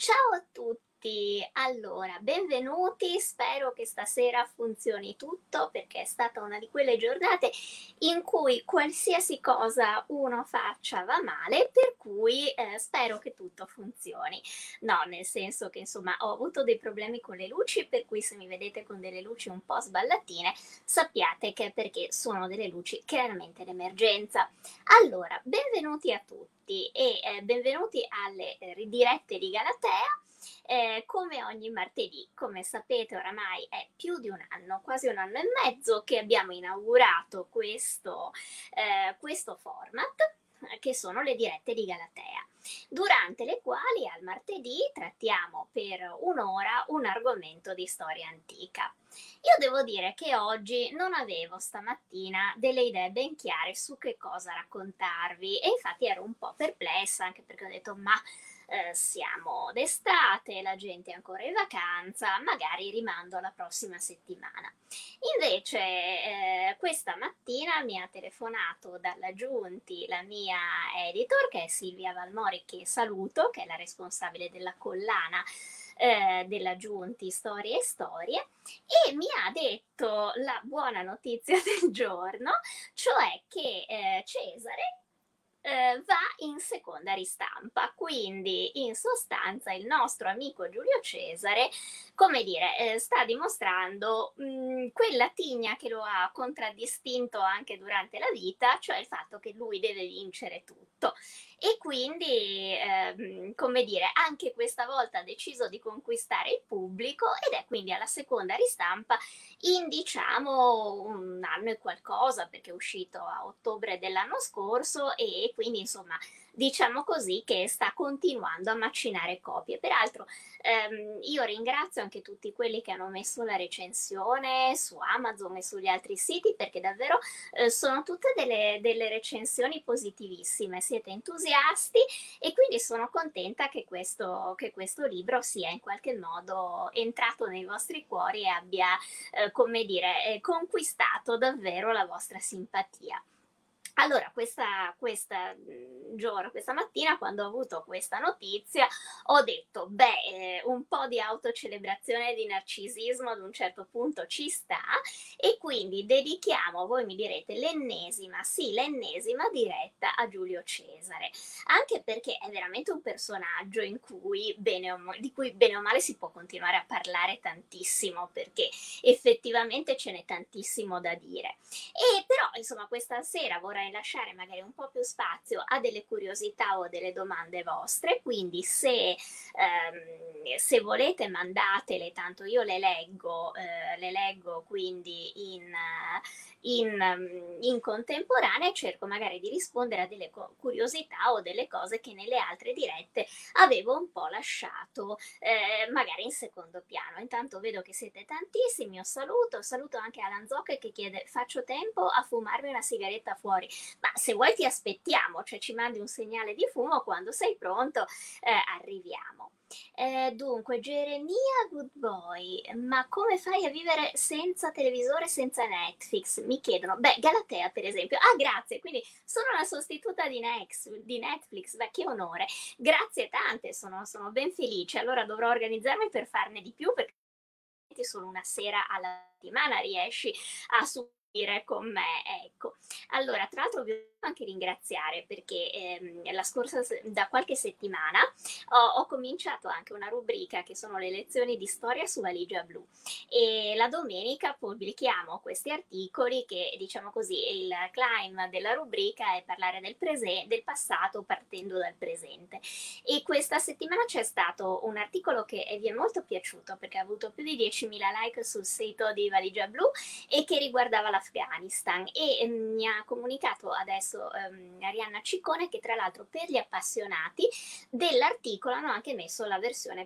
Ciao a tutti, allora benvenuti, spero che stasera funzioni tutto perché è stata una di quelle giornate in cui qualsiasi cosa uno faccia va male, per cui spero che tutto funzioni. No, nel senso che insomma ho avuto dei problemi con le luci, per cui se mi vedete con delle luci un po' sballatine, sappiate che è perché sono delle luci chiaramente d'emergenza. Allora, benvenuti a tutti e benvenuti alle ridirette di Galatea. Come ogni martedì, come sapete oramai è più di un anno, quasi un anno e mezzo che abbiamo inaugurato questo format che sono le dirette di Galatea, durante le quali al martedì trattiamo per un'ora un argomento di storia antica. Io devo dire che oggi non avevo stamattina delle idee ben chiare su che cosa raccontarvi e infatti ero un po' perplessa anche perché ho detto ma siamo d'estate, la gente è ancora in vacanza, magari rimando alla prossima settimana. Invece questa mattina mi ha telefonato dalla Giunti la mia editor che è Silvia Valmori, che saluto, che è la responsabile della collana della Giunti Storie e Storie, e mi ha detto la buona notizia del giorno, cioè che Cesare va in seconda ristampa, quindi in sostanza il nostro amico Giulio Cesare, come dire, sta dimostrando quella tigna che lo ha contraddistinto anche durante la vita, cioè il fatto che lui deve vincere tutto. E quindi, come dire, anche questa volta ha deciso di conquistare il pubblico ed è quindi alla seconda ristampa in diciamo un anno e qualcosa, perché è uscito a ottobre dell'anno scorso e quindi insomma diciamo così che sta continuando a macinare copie. Peraltro io ringrazio anche tutti quelli che hanno messo la recensione su Amazon e sugli altri siti, perché davvero sono tutte delle recensioni positivissime, siete entusiasti e quindi sono contenta che questo libro sia in qualche modo entrato nei vostri cuori e abbia come dire, conquistato davvero la vostra simpatia. Allora, questa mattina, quando ho avuto questa notizia, ho detto, beh, un po' di autocelebrazione e di narcisismo ad un certo punto ci sta, e quindi dedichiamo, voi mi direte, l'ennesima, sì, l'ennesima diretta a Giulio Cesare, anche perché è veramente un personaggio di cui bene o male si può continuare a parlare tantissimo, perché effettivamente ce n'è tantissimo da dire. E però, insomma, questa sera vorrei lasciare magari un po' più spazio a delle curiosità o delle domande vostre, quindi se volete mandatele, tanto io le leggo quindi in contemporanea e cerco magari di rispondere a delle curiosità o delle cose che nelle altre dirette avevo un po' lasciato magari in secondo piano. Intanto vedo che siete tantissimi, saluto anche Alan Zocche che chiede faccio tempo a fumarmi una sigaretta fuori, ma se vuoi ti aspettiamo, cioè ci mandi un segnale di fumo quando sei pronto, arriviamo. Dunque, Geremia Good Boy, ma come fai a vivere senza televisore, senza Netflix? Mi chiedono. Beh, Galatea per esempio. Ah, grazie, quindi sono la sostituta di Netflix, beh, che onore. Grazie tante, sono ben felice. Allora dovrò organizzarmi per farne di più perché solo una sera alla settimana riesci a subire con me, ecco. Allora, tra l'altro vi voglio anche ringraziare perché da qualche settimana ho cominciato anche una rubrica che sono le lezioni di storia su valigia blu e la domenica pubblichiamo questi articoli che, diciamo così, il claim della rubrica è parlare del passato partendo dal presente. E questa settimana c'è stato un articolo che vi è molto piaciuto perché ha avuto più di 10.000 like sul sito di Valigia Blu e che riguardava l'Afghanistan e mi ha comunicato adesso Arianna Ciccone che tra l'altro per gli appassionati dell'articolo hanno anche messo la versione podcast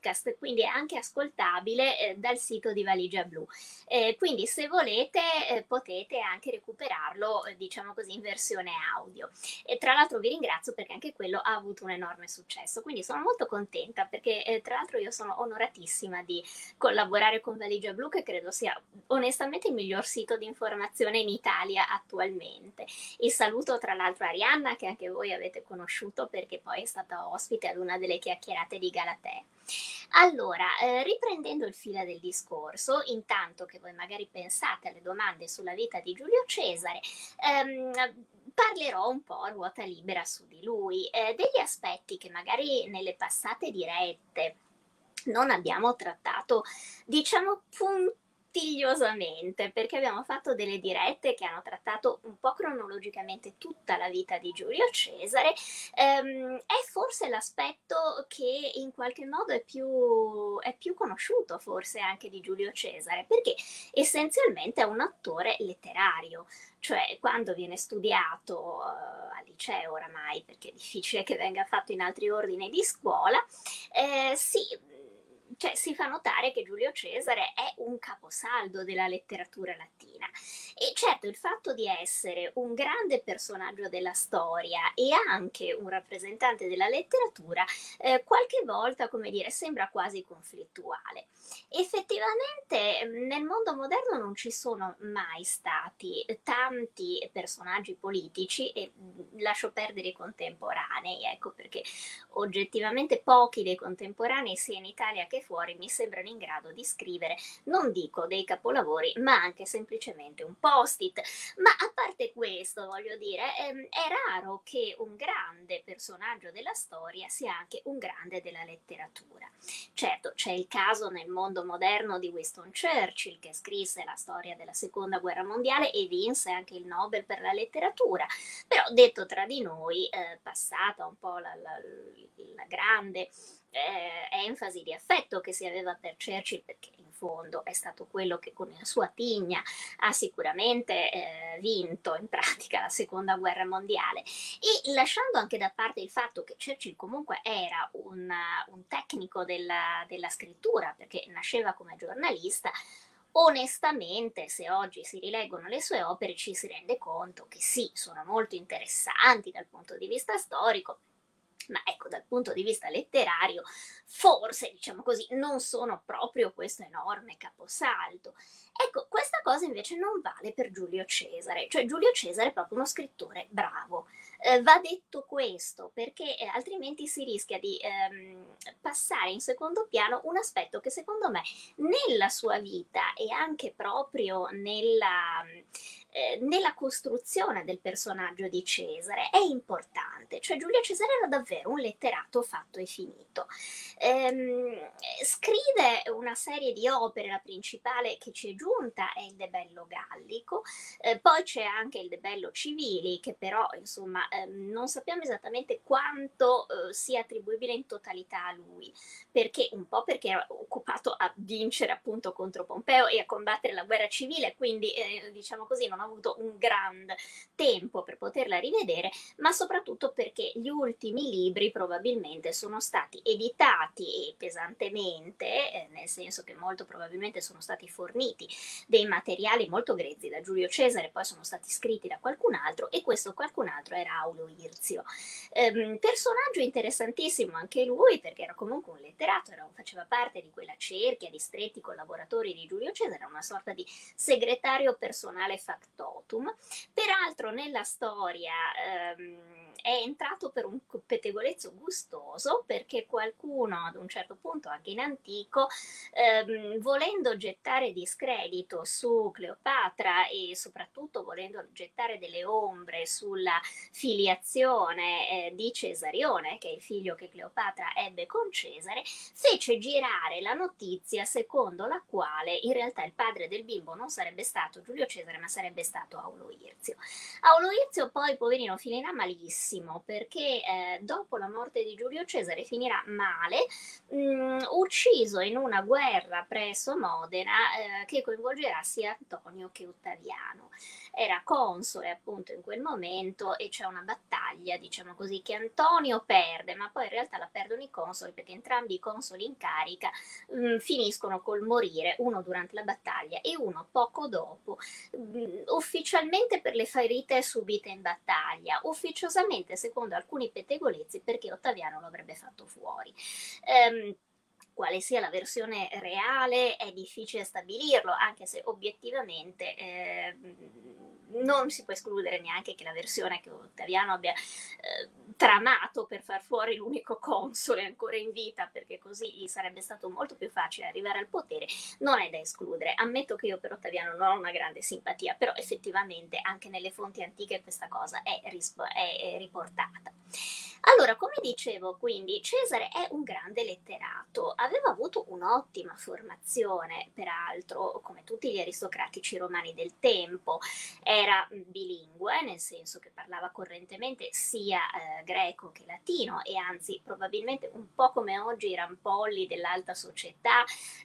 podcast, quindi è anche ascoltabile dal sito di Valigia Blu. Quindi se volete potete anche recuperarlo, diciamo così, in versione audio. E tra l'altro vi ringrazio perché anche quello ha avuto un enorme successo, quindi sono molto contenta perché tra l'altro io sono onoratissima di collaborare con Valigia Blu, che credo sia onestamente il miglior sito di informazione in Italia attualmente. E saluto tra l'altro Arianna, che anche voi avete conosciuto perché poi è stata ospite ad una delle chiacchierate di Galatea. Allora, riprendendo il filo del discorso, intanto che voi magari pensate alle domande sulla vita di Giulio Cesare, parlerò un po' a ruota libera su di lui, degli aspetti che magari nelle passate dirette non abbiamo trattato, diciamo, puntigliosamente, perché abbiamo fatto delle dirette che hanno trattato un po' cronologicamente tutta la vita di Giulio Cesare. È forse l'aspetto che in qualche modo è più conosciuto forse anche di Giulio Cesare, perché essenzialmente è un attore letterario, cioè quando viene studiato al liceo oramai, perché è difficile che venga fatto in altri ordini di scuola, cioè, si fa notare che Giulio Cesare è un caposaldo della letteratura latina. E certo il fatto di essere un grande personaggio della storia e anche un rappresentante della letteratura, qualche volta, come dire, sembra quasi conflittuale. Effettivamente nel mondo moderno non ci sono mai stati tanti personaggi politici, e lascio perdere i contemporanei, ecco, perché oggettivamente pochi dei contemporanei sia in Italia che fuori mi sembrano in grado di scrivere, non dico dei capolavori, ma anche semplicemente un post-it. Ma a parte questo, voglio dire, è raro che un grande personaggio della storia sia anche un grande della letteratura. Certo, c'è il caso nel mondo moderno di Winston Churchill, che scrisse la storia della seconda guerra mondiale e vinse anche il Nobel per la letteratura, però detto tra di noi, passata un po' la grande enfasi di affetto che si aveva per Churchill, perché in fondo è stato quello che con la sua tigna ha sicuramente vinto in pratica la seconda guerra mondiale, e lasciando anche da parte il fatto che Churchill comunque era un tecnico della scrittura, perché nasceva come giornalista. Onestamente, se oggi si rileggono le sue opere, ci si rende conto che sì, sono molto interessanti dal punto di vista storico, ma ecco, dal punto di vista letterario, forse, diciamo così, non sono proprio questo enorme caposaldo. Ecco, questa cosa invece non vale per Giulio Cesare, cioè Giulio Cesare è proprio uno scrittore bravo. Va detto questo perché altrimenti si rischia di passare in secondo piano un aspetto che secondo me nella sua vita e anche proprio nella costruzione del personaggio di Cesare è importante. Cioè Giulio Cesare era davvero un letterato fatto e finito. Scrive una serie di opere, la principale che ci è giunta è il De Bello Gallico, poi c'è anche il De Bello Civili, che però insomma non sappiamo esattamente quanto sia attribuibile in totalità a lui, perché un po' perché era occupato a vincere appunto contro Pompeo e a combattere la guerra civile, quindi diciamo così non ha avuto un gran tempo per poterla rivedere, ma soprattutto perché gli ultimi libri probabilmente sono stati editati pesantemente, nel senso che molto probabilmente sono stati forniti dei materiali molto grezzi da Giulio Cesare, poi sono stati scritti da qualcun altro, e questo qualcun altro era Aulo Irzio. Personaggio interessantissimo anche lui, perché era comunque un letterato, faceva parte di quella cerchia di stretti collaboratori di Giulio Cesare, era una sorta di segretario personale factotum. Peraltro nella storia è entrato per un pettegolezzo gustoso, perché qualcuno ad un certo punto, anche in antico, volendo gettare discredito su Cleopatra e soprattutto volendo gettare delle ombre sulla filiazione di Cesarione, che è il figlio che Cleopatra ebbe con Cesare, fece girare la notizia secondo la quale in realtà il padre del bimbo non sarebbe stato Giulio Cesare, ma sarebbe stato Aulo Irzio. Aulo Irzio poi, poverino, finirà malissimo perché dopo la morte di Giulio Cesare finirà male, ucciso in una guerra presso Modena che coinvolgerà sia Antonio che Ottaviano. Era console appunto in quel momento e c'è una battaglia, diciamo così, che Antonio perde, ma poi in realtà la perdono i consoli perché entrambi i consoli in carica finiscono col morire, uno durante la battaglia e uno poco dopo, ufficialmente per le ferite subite in battaglia, ufficiosamente secondo alcuni pettegolezzi perché Ottaviano lo avrebbe fatto fuori. Quale sia la versione reale è difficile stabilirlo, anche se obiettivamente non si può escludere neanche che la versione che Ottaviano abbia tramato per far fuori l'unico console ancora in vita, perché così gli sarebbe stato molto più facile arrivare al potere, non è da escludere. Ammetto che io per Ottaviano non ho una grande simpatia, però effettivamente anche nelle fonti antiche questa cosa è riportata. Allora, come dicevo, quindi Cesare è un grande letterato, aveva avuto un'ottima formazione, peraltro, come tutti gli aristocratici romani del tempo, era bilingue, nel senso che parlava correntemente sia greco che latino e anzi probabilmente un po' come oggi i rampolli dell'alta società,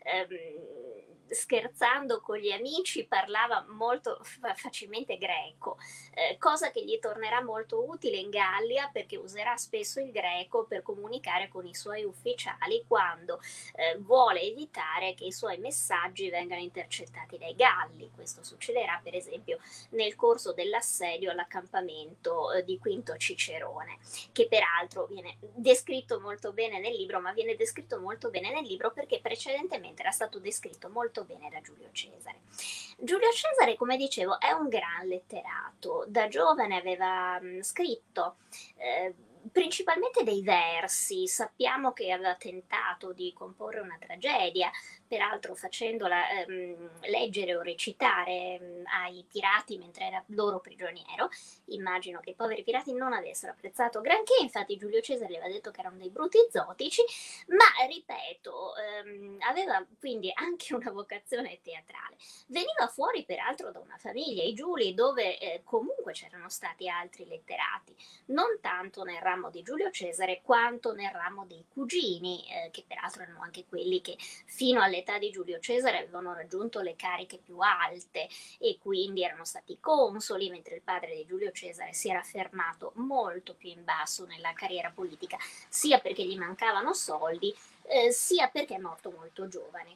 scherzando con gli amici parlava molto facilmente greco, cosa che gli tornerà molto utile in Gallia perché userà spesso il greco per comunicare con i suoi ufficiali quando vuole evitare che i suoi messaggi vengano intercettati dai Galli. Questo succederà per esempio nel corso dell'assedio all'accampamento di Quinto Cicerone, che peraltro viene descritto molto bene nel libro, ma viene descritto molto bene nel libro perché precedentemente era stato descritto molto bene da Giulio Cesare. Giulio Cesare, come dicevo, è un gran letterato. Da giovane aveva scritto principalmente dei versi. Sappiamo che aveva tentato di comporre una tragedia, peraltro facendola leggere o recitare ai pirati mentre era loro prigioniero. Immagino che i poveri pirati non avessero apprezzato granché, infatti Giulio Cesare gli aveva detto che erano dei bruti zotici, ma ripeto, aveva quindi anche una vocazione teatrale. Veniva fuori peraltro da una famiglia, i Giuli, dove comunque c'erano stati altri letterati, non tanto nel ramo di Giulio Cesare quanto nel ramo dei cugini, che peraltro erano anche quelli che fino all'età di Giulio Cesare avevano raggiunto le cariche più alte e quindi erano stati consoli, mentre il padre di Giulio Cesare si era fermato molto più in basso nella carriera politica, sia perché gli mancavano soldi, sia perché è morto molto giovane,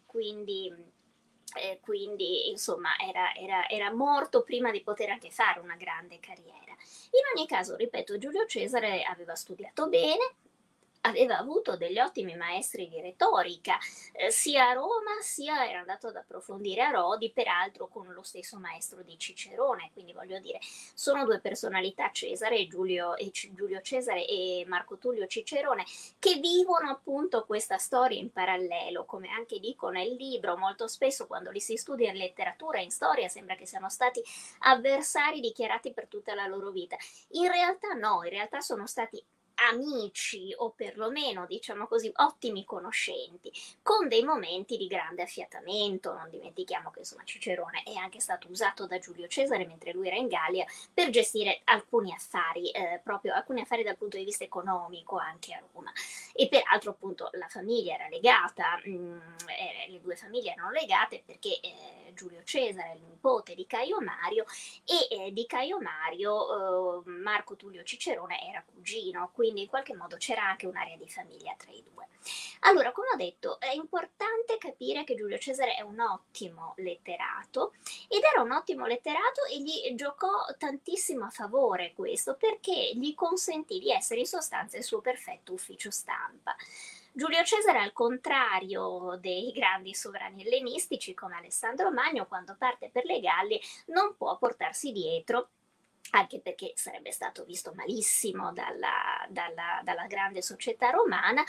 quindi insomma era morto prima di poter anche fare una grande carriera. In ogni caso, ripeto, Giulio Cesare aveva studiato bene, aveva avuto degli ottimi maestri di retorica, sia a Roma sia era andato ad approfondire a Rodi, peraltro con lo stesso maestro di Cicerone, quindi voglio dire, sono due personalità, Giulio Cesare e Marco Tullio Cicerone, che vivono appunto questa storia in parallelo, come anche dico nel libro, molto spesso quando li si studia in letteratura e in storia sembra che siano stati avversari dichiarati per tutta la loro vita. In realtà no, in realtà sono stati amici o perlomeno, diciamo così, ottimi conoscenti, con dei momenti di grande affiatamento. Non dimentichiamo che insomma Cicerone è anche stato usato da Giulio Cesare mentre lui era in Gallia per gestire alcuni affari, proprio alcuni affari dal punto di vista economico anche a Roma. E peraltro appunto la famiglia era legata, le due famiglie erano legate perché Giulio Cesare, il nipote di Caio Mario, e di Caio Mario Marco Tullio Cicerone era cugino, quindi in qualche modo c'era anche un'area di famiglia tra i due. Allora, come ho detto, è importante capire che Giulio Cesare è un ottimo letterato ed era un ottimo letterato e gli giocò tantissimo a favore questo perché gli consentì di essere in sostanza il suo perfetto ufficio stampa. Giulio Cesare, al contrario dei grandi sovrani ellenistici come Alessandro Magno, quando parte per le Gallie non può portarsi dietro, anche perché sarebbe stato visto malissimo dalla grande società romana,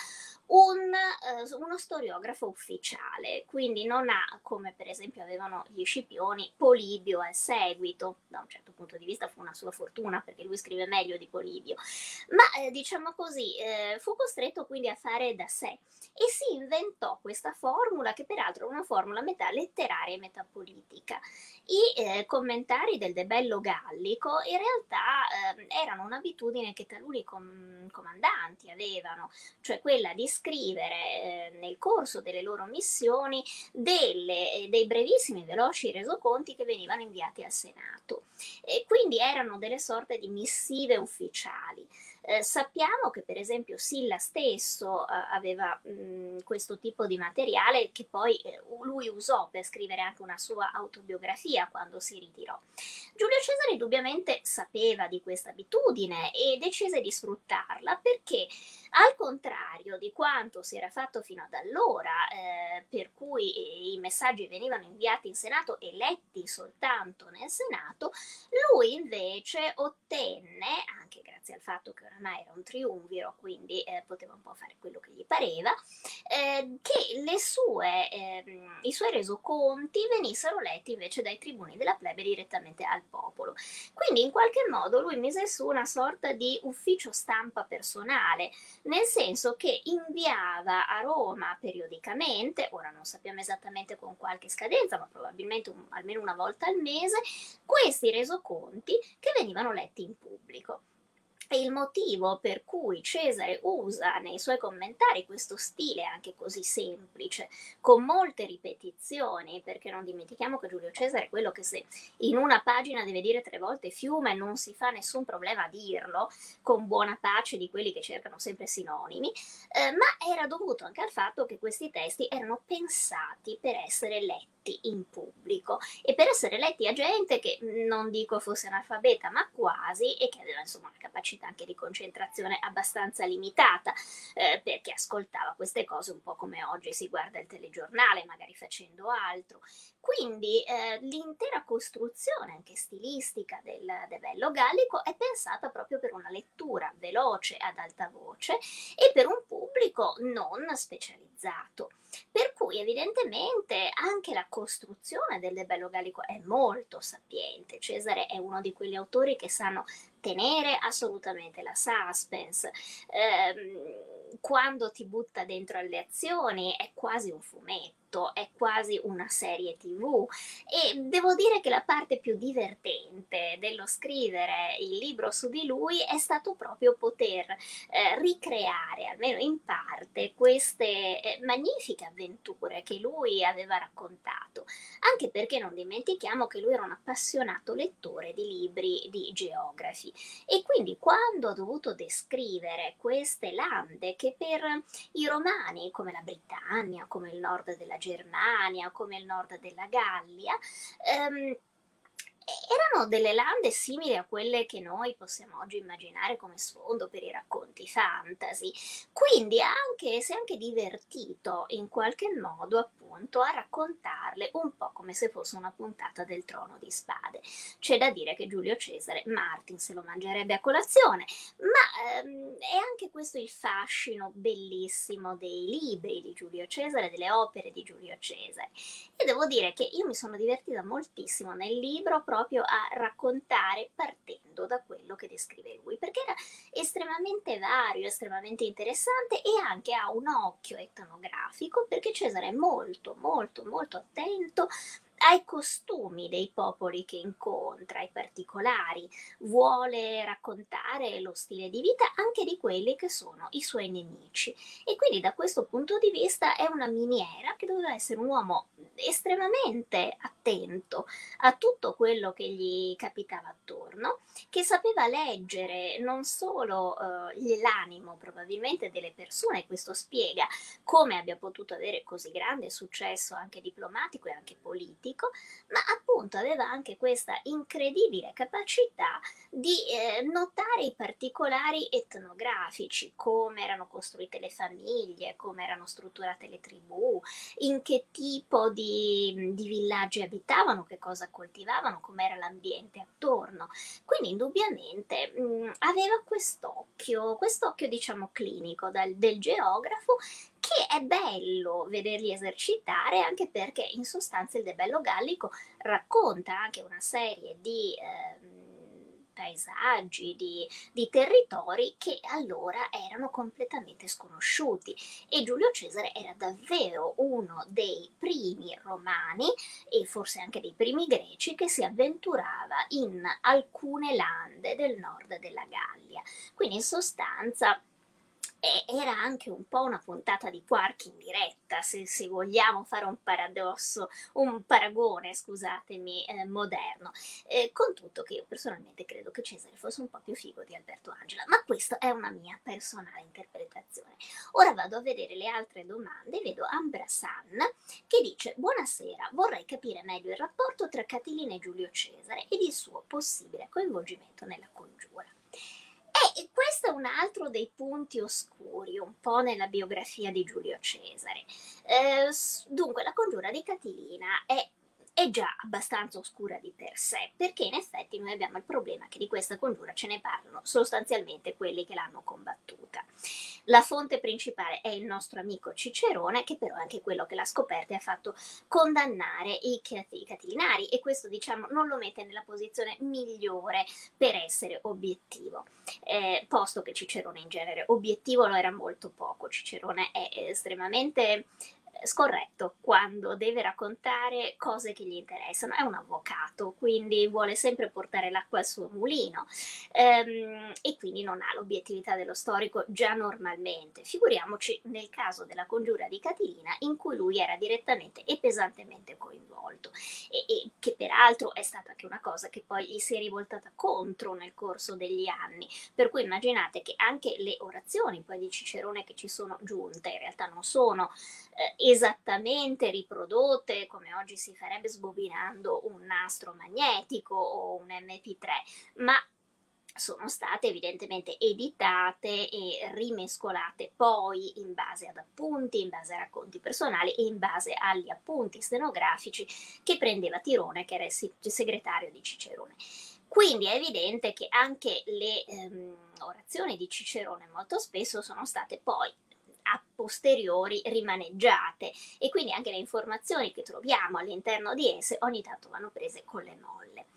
uno storiografo ufficiale, quindi non ha, come per esempio avevano gli Scipioni, Polibio al seguito. Da un certo punto di vista fu una sua fortuna, perché lui scrive meglio di Polibio, ma diciamo così, fu costretto quindi a fare da sé e si inventò questa formula, che peraltro è una formula metà letteraria e metà politica. I commentari del De Bello Gallico in realtà erano un'abitudine che taluni comandanti avevano, cioè quella di scrivere nel corso delle loro missioni dei brevissimi e veloci resoconti che venivano inviati al Senato. E quindi erano delle sorte di missive ufficiali. Sappiamo che per esempio Silla stesso aveva questo tipo di materiale che poi lui usò per scrivere anche una sua autobiografia quando si ritirò. Giulio Cesare indubbiamente sapeva di questa abitudine e decise di sfruttarla perché, al contrario di quanto si era fatto fino ad allora, per cui i messaggi venivano inviati in Senato e letti soltanto nel Senato, lui invece ottenne, anche grazie al fatto che oramai era un triumviro, quindi poteva un po' fare quello che gli pareva, che i suoi resoconti venissero letti invece dai tribuni della plebe direttamente al popolo. Quindi in qualche modo lui mise su una sorta di ufficio stampa personale, nel senso che inviava a Roma periodicamente, ora non sappiamo esattamente con qualche scadenza, ma probabilmente almeno una volta al mese, questi resoconti che venivano letti in pubblico. E il motivo per cui Cesare usa nei suoi commentari questo stile anche così semplice, con molte ripetizioni, perché non dimentichiamo che Giulio Cesare è quello che se in una pagina deve dire 3 volte fiume non si fa nessun problema a dirlo, con buona pace di quelli che cercano sempre sinonimi, ma era dovuto anche al fatto che questi testi erano pensati per essere letti in pubblico e per essere letti a gente che non dico fosse analfabeta, ma quasi, e che aveva insomma una capacità anche di concentrazione abbastanza limitata, perché ascoltava queste cose un po' come oggi si guarda il telegiornale, magari facendo altro. Quindi l'intera costruzione anche stilistica del Bello Gallico è pensata proprio per una lettura veloce ad alta voce e per un pubblico non specializzato. Per cui evidentemente anche la costruzione del De Bello Gallico è molto sapiente. Cesare è uno di quegli autori che sanno tenere assolutamente la suspense. Quando ti butta dentro alle azioni è quasi un fumetto, è quasi una serie TV e devo dire che la parte più divertente dello scrivere il libro su di lui è stato proprio poter ricreare, almeno in parte, queste magnifiche avventure che lui aveva raccontato, anche perché non dimentichiamo che lui era un appassionato lettore di libri di geografi e quindi quando ha dovuto descrivere queste lande che per i romani, come la Britannia, come il nord della Germania, come il nord della Gallia, erano delle lande simili a quelle che noi possiamo oggi immaginare come sfondo per i racconti fantasy. Quindi si è anche divertito in qualche modo appunto a raccontarle un po' come se fosse una puntata del Trono di Spade. C'è da dire che Giulio Cesare, Martin se lo mangerebbe a colazione, ma è anche questo il fascino bellissimo dei libri di Giulio Cesare, delle opere di Giulio Cesare. E devo dire che io mi sono divertita moltissimo nel libro proprio a raccontare partendo da quello che descrive lui, perché era estremamente vario, estremamente interessante e anche ha un occhio etnografico, perché Cesare è molto, molto, molto attento ai costumi dei popoli che incontra, ai particolari, vuole raccontare lo stile di vita anche di quelli che sono i suoi nemici. E quindi da questo punto di vista è una miniera che doveva essere un uomo estremamente attento a tutto quello che gli capitava attorno, che sapeva leggere non solo l'animo probabilmente delle persone, questo spiega come abbia potuto avere così grande successo anche diplomatico e anche politico, politico, ma appunto aveva anche questa incredibile capacità di notare i particolari etnografici, come erano costruite le famiglie, come erano strutturate le tribù, in che tipo di villaggi abitavano, che cosa coltivavano, com'era l'ambiente attorno. Quindi indubbiamente aveva quest'occhio diciamo clinico del geografo, che è bello vederli esercitare, anche perché in sostanza il De Bello Gallico racconta anche una serie di paesaggi, di territori che allora erano completamente sconosciuti, e Giulio Cesare era davvero uno dei primi romani e forse anche dei primi greci che si avventurava in alcune lande del nord della Gallia. Quindi in sostanza era anche un po' una puntata di Quark in diretta, se vogliamo fare un paradosso, un paragone, scusatemi, moderno. Con tutto che io personalmente credo che Cesare fosse un po' più figo di Alberto Angela, ma questa è una mia personale interpretazione. Ora vado a vedere le altre domande, vedo Ambra San che dice: buonasera, vorrei capire meglio il rapporto tra Catilina e Giulio Cesare ed il suo possibile coinvolgimento nella congiura. E questo è un altro dei punti oscuri, un po' nella biografia di Giulio Cesare. Dunque, la congiura di Catilina è già abbastanza oscura di per sé, perché in effetti noi abbiamo il problema che di questa congiura ce ne parlano sostanzialmente quelli che l'hanno combattuta. La fonte principale è il nostro amico Cicerone, che però è anche quello che l'ha scoperta e ha fatto condannare i catilinari, e questo diciamo non lo mette nella posizione migliore per essere obiettivo, posto che Cicerone in genere obiettivo lo era molto poco. Cicerone è estremamente scorretto quando deve raccontare cose che gli interessano, è un avvocato, quindi vuole sempre portare l'acqua al suo mulino, e quindi non ha l'obiettività dello storico già normalmente, figuriamoci nel caso della congiura di Catilina, in cui lui era direttamente e pesantemente coinvolto, e che peraltro è stata anche una cosa che poi gli si è rivoltata contro nel corso degli anni, per cui immaginate che anche le orazioni poi di Cicerone che ci sono giunte in realtà non sono esattamente riprodotte come oggi si farebbe sbobinando un nastro magnetico o un MP3, ma sono state evidentemente editate e rimescolate poi in base ad appunti, in base a racconti personali e in base agli appunti stenografici che prendeva Tirone, che era il segretario di Cicerone. Quindi è evidente che anche le orazioni di Cicerone molto spesso sono state poi a posteriori rimaneggiate, e quindi anche le informazioni che troviamo all'interno di esse ogni tanto vanno prese con le molle.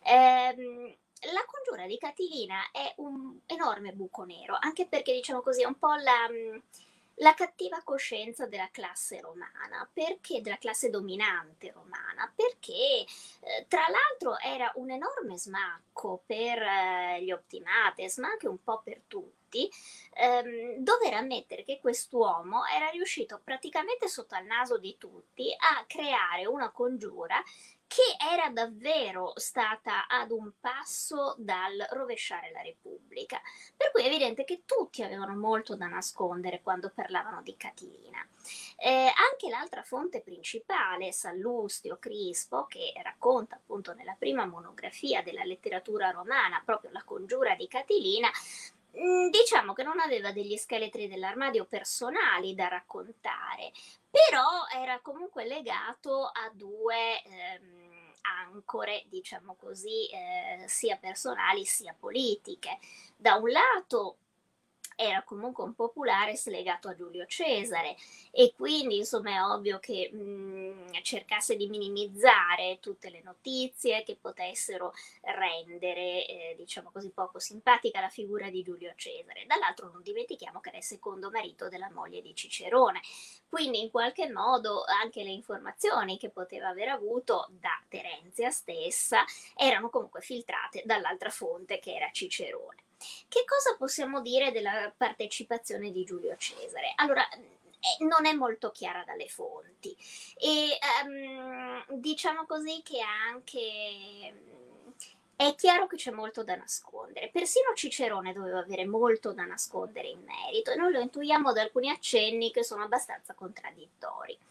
La congiura di Catilina è un enorme buco nero, anche perché diciamo così è un po' la cattiva coscienza della classe romana, perché della classe dominante romana, perché tra l'altro era un enorme smacco per gli optimates, ma anche un po' per tutti, dover ammettere che quest'uomo era riuscito praticamente sotto al naso di tutti a creare una congiura che era davvero stata ad un passo dal rovesciare la Repubblica. Per cui è evidente che tutti avevano molto da nascondere quando parlavano di Catilina. Anche l'altra fonte principale, Sallustio Crispo, che racconta appunto nella prima monografia della letteratura romana proprio la congiura di Catilina, diciamo che non aveva degli scheletri dell'armadio personali da raccontare, però era comunque legato a due ancore, diciamo così, sia personali sia politiche. Da un lato era comunque un populares legato a Giulio Cesare, e quindi insomma è ovvio che cercasse di minimizzare tutte le notizie che potessero rendere, diciamo così, poco simpatica la figura di Giulio Cesare. Dall'altro non dimentichiamo che era il secondo marito della moglie di Cicerone, quindi in qualche modo anche le informazioni che poteva aver avuto da Terenzia stessa erano comunque filtrate dall'altra fonte, che era Cicerone. Che cosa possiamo dire della partecipazione di Giulio Cesare? Allora, non è molto chiara dalle fonti, e diciamo così che anche è chiaro che c'è molto da nascondere. Persino Cicerone doveva avere molto da nascondere in merito, e noi lo intuiamo da alcuni accenni che sono abbastanza contraddittori.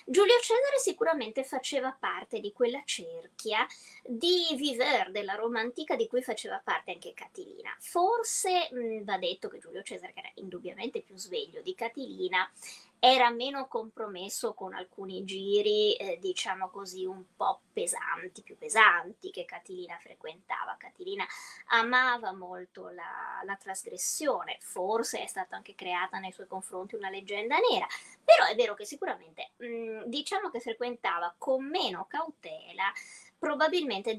Giulio Cesare sicuramente faceva parte di quella cerchia di vivere della Roma antica di cui faceva parte anche Catilina. Forse va detto che Giulio Cesare, che era indubbiamente più sveglio di Catilina, era meno compromesso con alcuni giri, diciamo così, un po' pesanti, più pesanti che Catilina frequentava. Catilina amava molto la trasgressione, forse è stata anche creata nei suoi confronti una leggenda nera, però è vero che sicuramente diciamo che frequentava con meno cautela probabilmente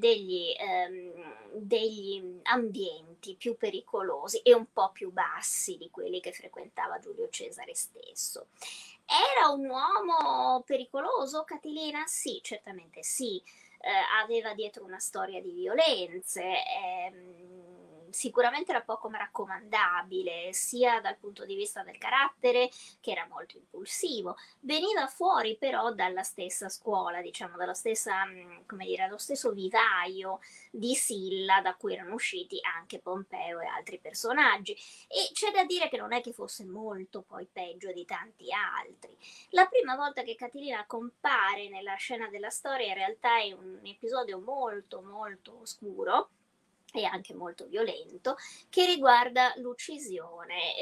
degli ambienti più pericolosi e un po' più bassi di quelli che frequentava Giulio Cesare stesso. Era un uomo pericoloso, Catilina? Sì, certamente sì. Aveva dietro una storia di violenze, sicuramente era poco raccomandabile, sia dal punto di vista del carattere, che era molto impulsivo. Veniva fuori però dalla stessa scuola, diciamo, dalla stessa, come dire, dallo stesso vivaio di Silla da cui erano usciti anche Pompeo e altri personaggi. E c'è da dire che non è che fosse molto poi peggio di tanti altri. La prima volta che Catilina compare nella scena della storia in realtà è un episodio molto molto oscuro e anche molto violento, che riguarda l'uccisione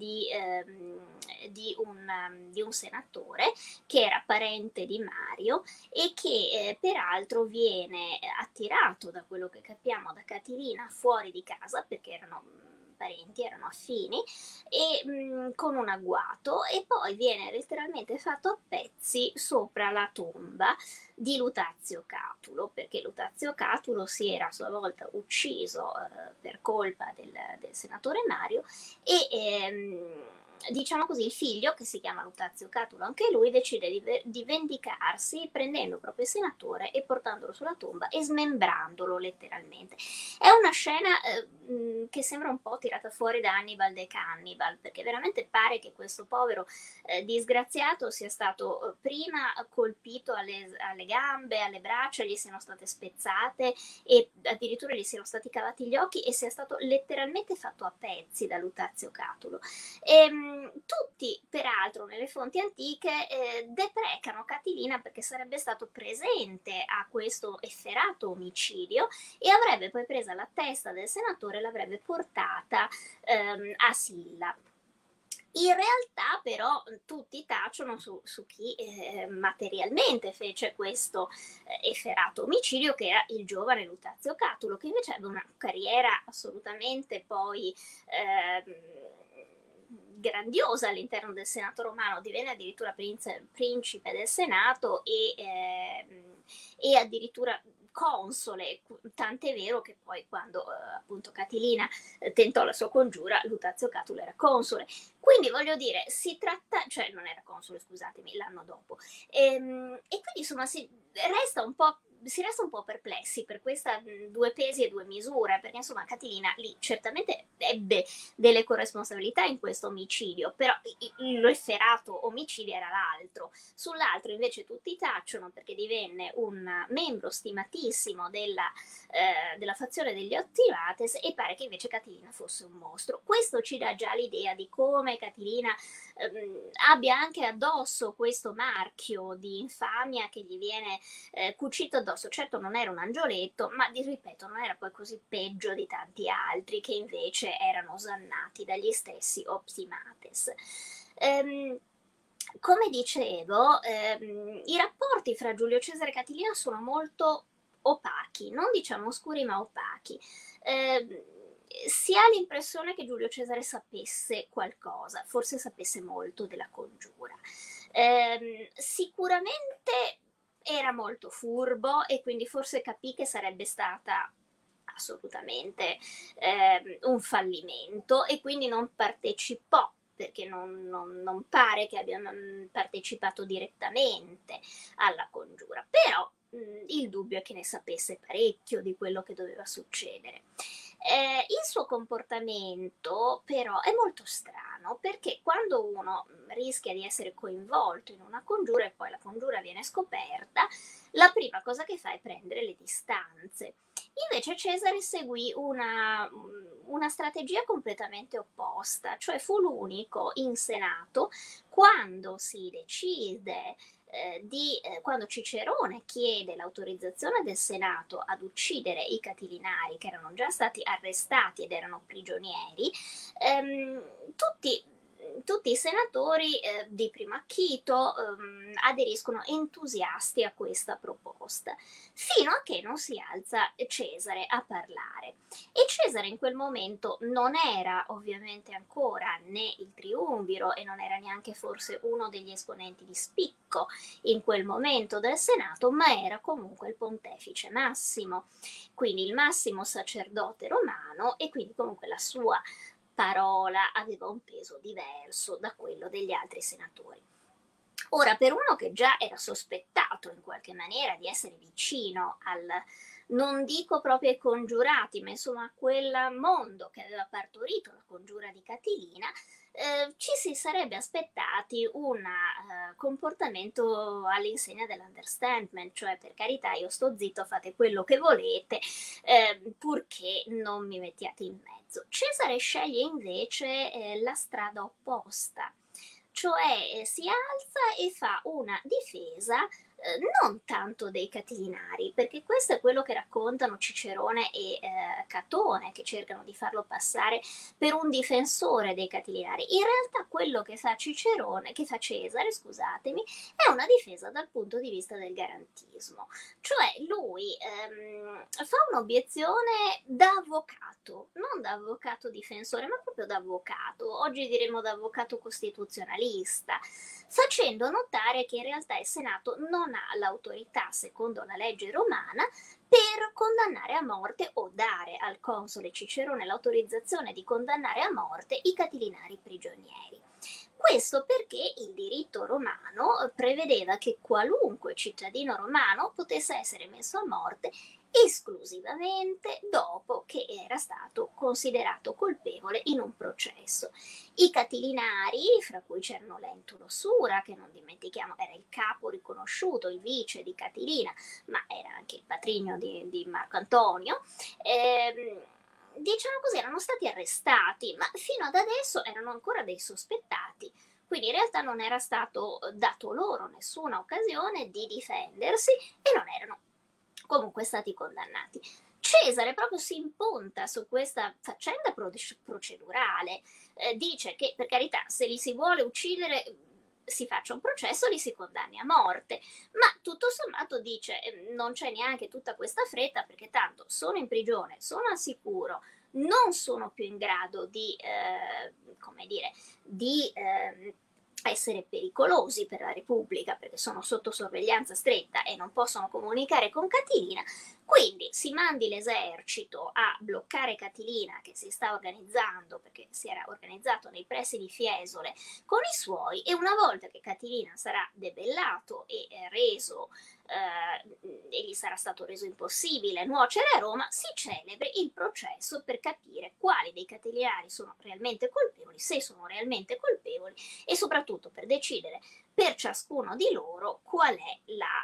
di un senatore che era parente di Mario e che peraltro viene attirato, da quello che capiamo, da Catilina fuori di casa, perché erano parenti, erano affini, e con un agguato, e poi viene letteralmente fatto a pezzi sopra la tomba di Lutazio Catulo, perché Lutazio Catulo si era a sua volta ucciso per colpa del senatore Mario e diciamo così il figlio, che si chiama Lutazio Catulo anche lui, decide di vendicarsi prendendo proprio il senatore e portandolo sulla tomba e smembrandolo letteralmente. È una scena che sembra un po' tirata fuori da Hannibal the Cannibal, perché veramente pare che questo povero disgraziato sia stato prima colpito alle gambe, alle braccia, gli siano state spezzate e addirittura gli siano stati cavati gli occhi e sia stato letteralmente fatto a pezzi da Lutazio Catulo. Tutti, peraltro, nelle fonti antiche deprecano Catilina perché sarebbe stato presente a questo efferato omicidio e avrebbe poi presa la testa del senatore e l'avrebbe portata a Silla. In realtà però tutti tacciono su chi materialmente fece questo efferato omicidio, che era il giovane Lutazio Catulo, che invece ebbe una carriera assolutamente poi grandiosa all'interno del Senato romano, divenne addirittura principe del Senato e addirittura console, tant'è vero che poi quando appunto Catilina tentò la sua congiura, Lutazio Catulo era console. Quindi voglio dire, si tratta, cioè non era console, scusatemi, l'anno dopo. E quindi insomma si resta un po' perplessi per questa due pesi e due misure, perché insomma Catilina lì certamente ebbe delle corresponsabilità in questo omicidio, però l'efferato omicidio era l'altro. Sull'altro invece tutti tacciono perché divenne un membro stimatissimo della fazione degli Ottivates e pare che invece Catilina fosse un mostro. Questo ci dà già l'idea di come Catilina abbia anche addosso questo marchio di infamia che gli viene cucito addosso. Certo non era un angioletto, ma ripeto, non era poi così peggio di tanti altri che invece erano osannati dagli stessi Optimates. Come dicevo, i rapporti fra Giulio Cesare e Catilina sono molto opachi, non diciamo oscuri ma opachi. Si ha l'impressione che Giulio Cesare sapesse qualcosa, forse sapesse molto della congiura. Sicuramente era molto furbo e quindi forse capì che sarebbe stata assolutamente un fallimento e quindi non partecipò perché non pare che abbia partecipato direttamente alla congiura, però il dubbio è che ne sapesse parecchio di quello che doveva succedere. Il suo comportamento però è molto strano perché quando uno rischia di essere coinvolto in una congiura e poi la congiura viene scoperta, la prima cosa che fa è prendere le distanze. Invece Cesare seguì una strategia completamente opposta, cioè fu l'unico in Senato quando si decide quando Cicerone chiede l'autorizzazione del Senato ad uccidere i Catilinari che erano già stati arrestati ed erano prigionieri, tutti i senatori di primo acchito aderiscono entusiasti a questa proposta, fino a che non si alza Cesare a parlare. E Cesare in quel momento non era ovviamente ancora né il triumviro e non era neanche forse uno degli esponenti di spicco in quel momento del Senato, ma era comunque il pontefice massimo, quindi il massimo sacerdote romano, e quindi comunque la sua parola aveva un peso diverso da quello degli altri senatori. Ora, per uno che già era sospettato in qualche maniera di essere vicino non dico proprio ai congiurati, ma insomma a quel mondo che aveva partorito la congiura di Catilina, ci si sarebbe aspettati un comportamento all'insegna dell'understandment, cioè per carità io sto zitto, fate quello che volete, purché non mi mettiate in mezzo. Cesare sceglie invece la strada opposta, cioè si alza e fa una difesa non tanto dei Catilinari, perché questo è quello che raccontano Cicerone e Catone, che cercano di farlo passare per un difensore dei Catilinari. In realtà quello che fa Cicerone, che fa Cesare, scusatemi, è una difesa dal punto di vista del garantismo. Cioè lui fa un'obiezione da avvocato, non da avvocato difensore, ma proprio da avvocato. Oggi diremmo da avvocato costituzionalista, facendo notare che in realtà il Senato non ha l'autorità, secondo la legge romana, per condannare a morte o dare al console Cicerone l'autorizzazione di condannare a morte i Catilinari prigionieri. Questo perché il diritto romano prevedeva che qualunque cittadino romano potesse essere messo a morte esclusivamente dopo che era stato considerato colpevole in un processo. I Catilinari, fra cui c'erano Lentulo Sura, che non dimentichiamo era il capo riconosciuto, il vice di Catilina, ma era anche il patrigno di Marco Antonio, diciamo così, erano stati arrestati, ma fino ad adesso erano ancora dei sospettati. Quindi in realtà non era stato dato loro nessuna occasione di difendersi e non erano comunque stati condannati. Cesare proprio si impunta su questa faccenda procedurale, dice che per carità se li si vuole uccidere si faccia un processo, li si condanni a morte, ma tutto sommato dice non c'è neanche tutta questa fretta perché tanto sono in prigione, sono al sicuro, non sono più in grado di, come dire, di essere pericolosi per la Repubblica perché sono sotto sorveglianza stretta e non possono comunicare con Catilina, quindi si mandi l'esercito a bloccare Catilina che si sta organizzando perché si era organizzato nei pressi di Fiesole con i suoi, e una volta che Catilina sarà debellato e reso e gli sarà stato reso impossibile nuocere a Roma, si celebri il processo per capire quali dei Catilinari sono realmente colpevoli, se sono realmente colpevoli, e soprattutto per decidere per ciascuno di loro qual è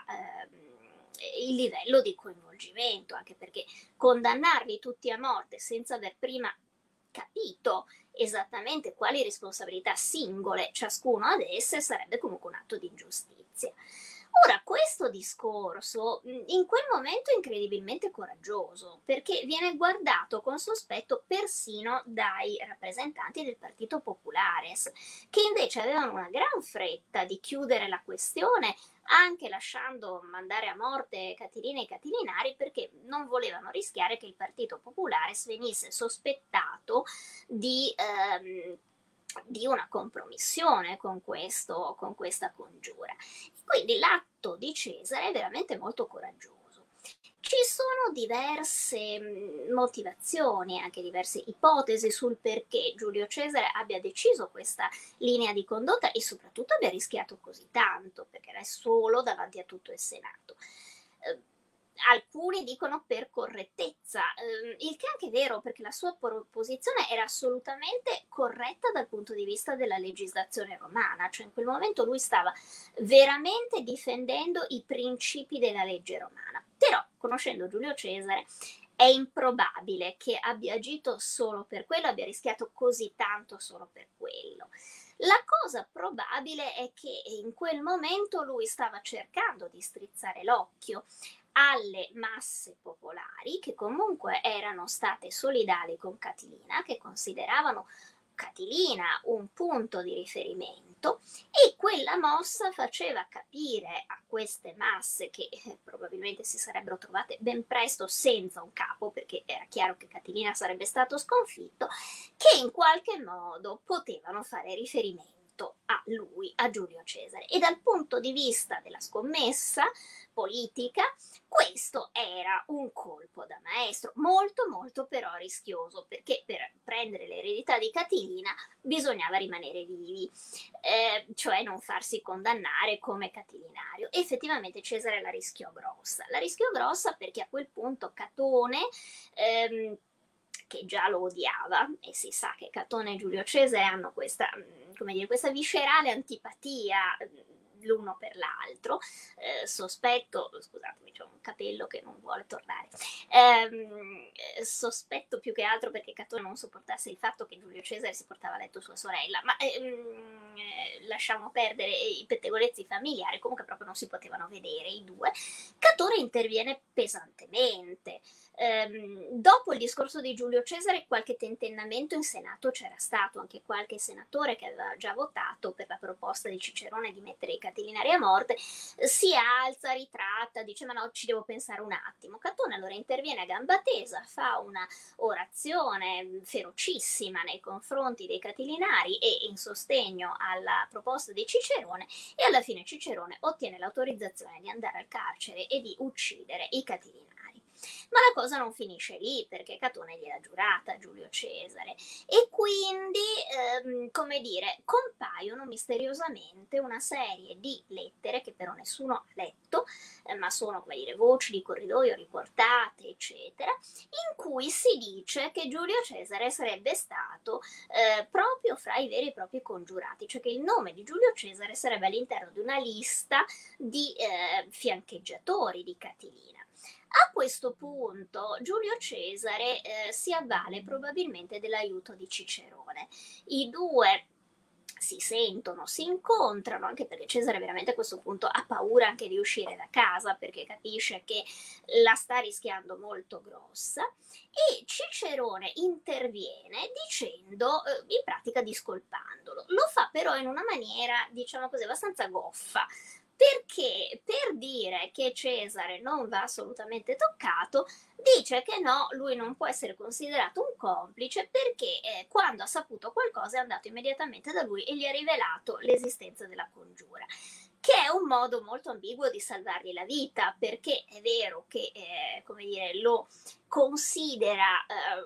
il livello di coinvolgimento, anche perché condannarli tutti a morte senza aver prima capito esattamente quali responsabilità singole ciascuno avesse sarebbe comunque un atto di ingiustizia. Ora, questo discorso in quel momento è incredibilmente coraggioso, perché viene guardato con sospetto persino dai rappresentanti del Partito Popolare, che invece avevano una gran fretta di chiudere la questione, anche lasciando mandare a morte Catilina e i Catilinari, perché non volevano rischiare che il Partito Popolare venisse sospettato di una compromissione con questa congiura. Quindi l'atto di Cesare è veramente molto coraggioso. Ci sono diverse motivazioni, anche diverse ipotesi sul perché Giulio Cesare abbia deciso questa linea di condotta e soprattutto abbia rischiato così tanto, perché era solo davanti a tutto il Senato. Alcuni dicono per correttezza, il che è anche vero perché la sua posizione era assolutamente corretta dal punto di vista della legislazione romana, cioè in quel momento lui stava veramente difendendo i principi della legge romana. Però, conoscendo Giulio Cesare, è improbabile che abbia agito solo per quello, abbia rischiato così tanto solo per quello. La cosa probabile è che in quel momento lui stava cercando di strizzare l'occhio alle masse popolari che comunque erano state solidali con Catilina, che consideravano Catilina un punto di riferimento, e quella mossa faceva capire a queste masse che probabilmente si sarebbero trovate ben presto senza un capo, perché era chiaro che Catilina sarebbe stato sconfitto, che in qualche modo potevano fare riferimento a lui, a Giulio Cesare. E dal punto di vista della scommessa politica, questo era un colpo da maestro, molto molto però rischioso, perché per prendere l'eredità di Catilina bisognava rimanere vivi, cioè non farsi condannare come catilinario. Effettivamente Cesare la rischiò grossa perché a quel punto Catone, che già lo odiava, e si sa che Catone e Giulio Cesare hanno questa, come dire, questa viscerale antipatia l'uno per l'altro, sospetto, scusatemi, c'ho un capello che non vuole tornare, sospetto più che altro perché Catone non sopportasse il fatto che Giulio Cesare si portava a letto sua sorella, ma lasciamo perdere i pettegolezzi familiari, comunque proprio non si potevano vedere i due. Catone interviene pesantemente. Dopo il discorso di Giulio Cesare qualche tentennamento in Senato c'era stato, anche qualche senatore che aveva già votato per la proposta di Cicerone di mettere i catilinari a morte si alza, ritratta, dice ma no, ci devo pensare un attimo. Catone allora interviene a gamba tesa, fa una orazione ferocissima nei confronti dei catilinari e in sostegno alla proposta di Cicerone, e alla fine Cicerone ottiene l'autorizzazione di andare al carcere e di uccidere i catilinari. Ma la cosa non finisce lì, perché Catone gliel'ha giurata a Giulio Cesare, e quindi, come dire, compaiono misteriosamente una serie di lettere che però nessuno ha letto, ma sono, come dire, voci di corridoio riportate, eccetera, in cui si dice che Giulio Cesare sarebbe stato proprio fra i veri e propri congiurati, cioè che il nome di Giulio Cesare sarebbe all'interno di una lista di fiancheggiatori di Catilina. A questo punto Giulio Cesare si avvale probabilmente dell'aiuto di Cicerone. I due si sentono, si incontrano, anche perché Cesare veramente a questo punto ha paura anche di uscire da casa perché capisce che la sta rischiando molto grossa, e Cicerone interviene dicendo, in pratica discolpandolo. Lo fa però in una maniera, diciamo così, abbastanza goffa, perché per dire che Cesare non va assolutamente toccato, dice che no, lui non può essere considerato un complice perché quando ha saputo qualcosa è andato immediatamente da lui e gli ha rivelato l'esistenza della congiura, che è un modo molto ambiguo di salvargli la vita, perché è vero che, come dire, lo considera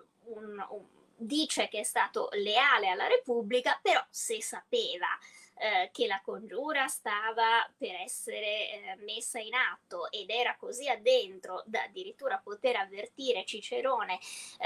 dice che è stato leale alla Repubblica, però se sapeva che la congiura stava per essere messa in atto ed era così addentro da addirittura poter avvertire Cicerone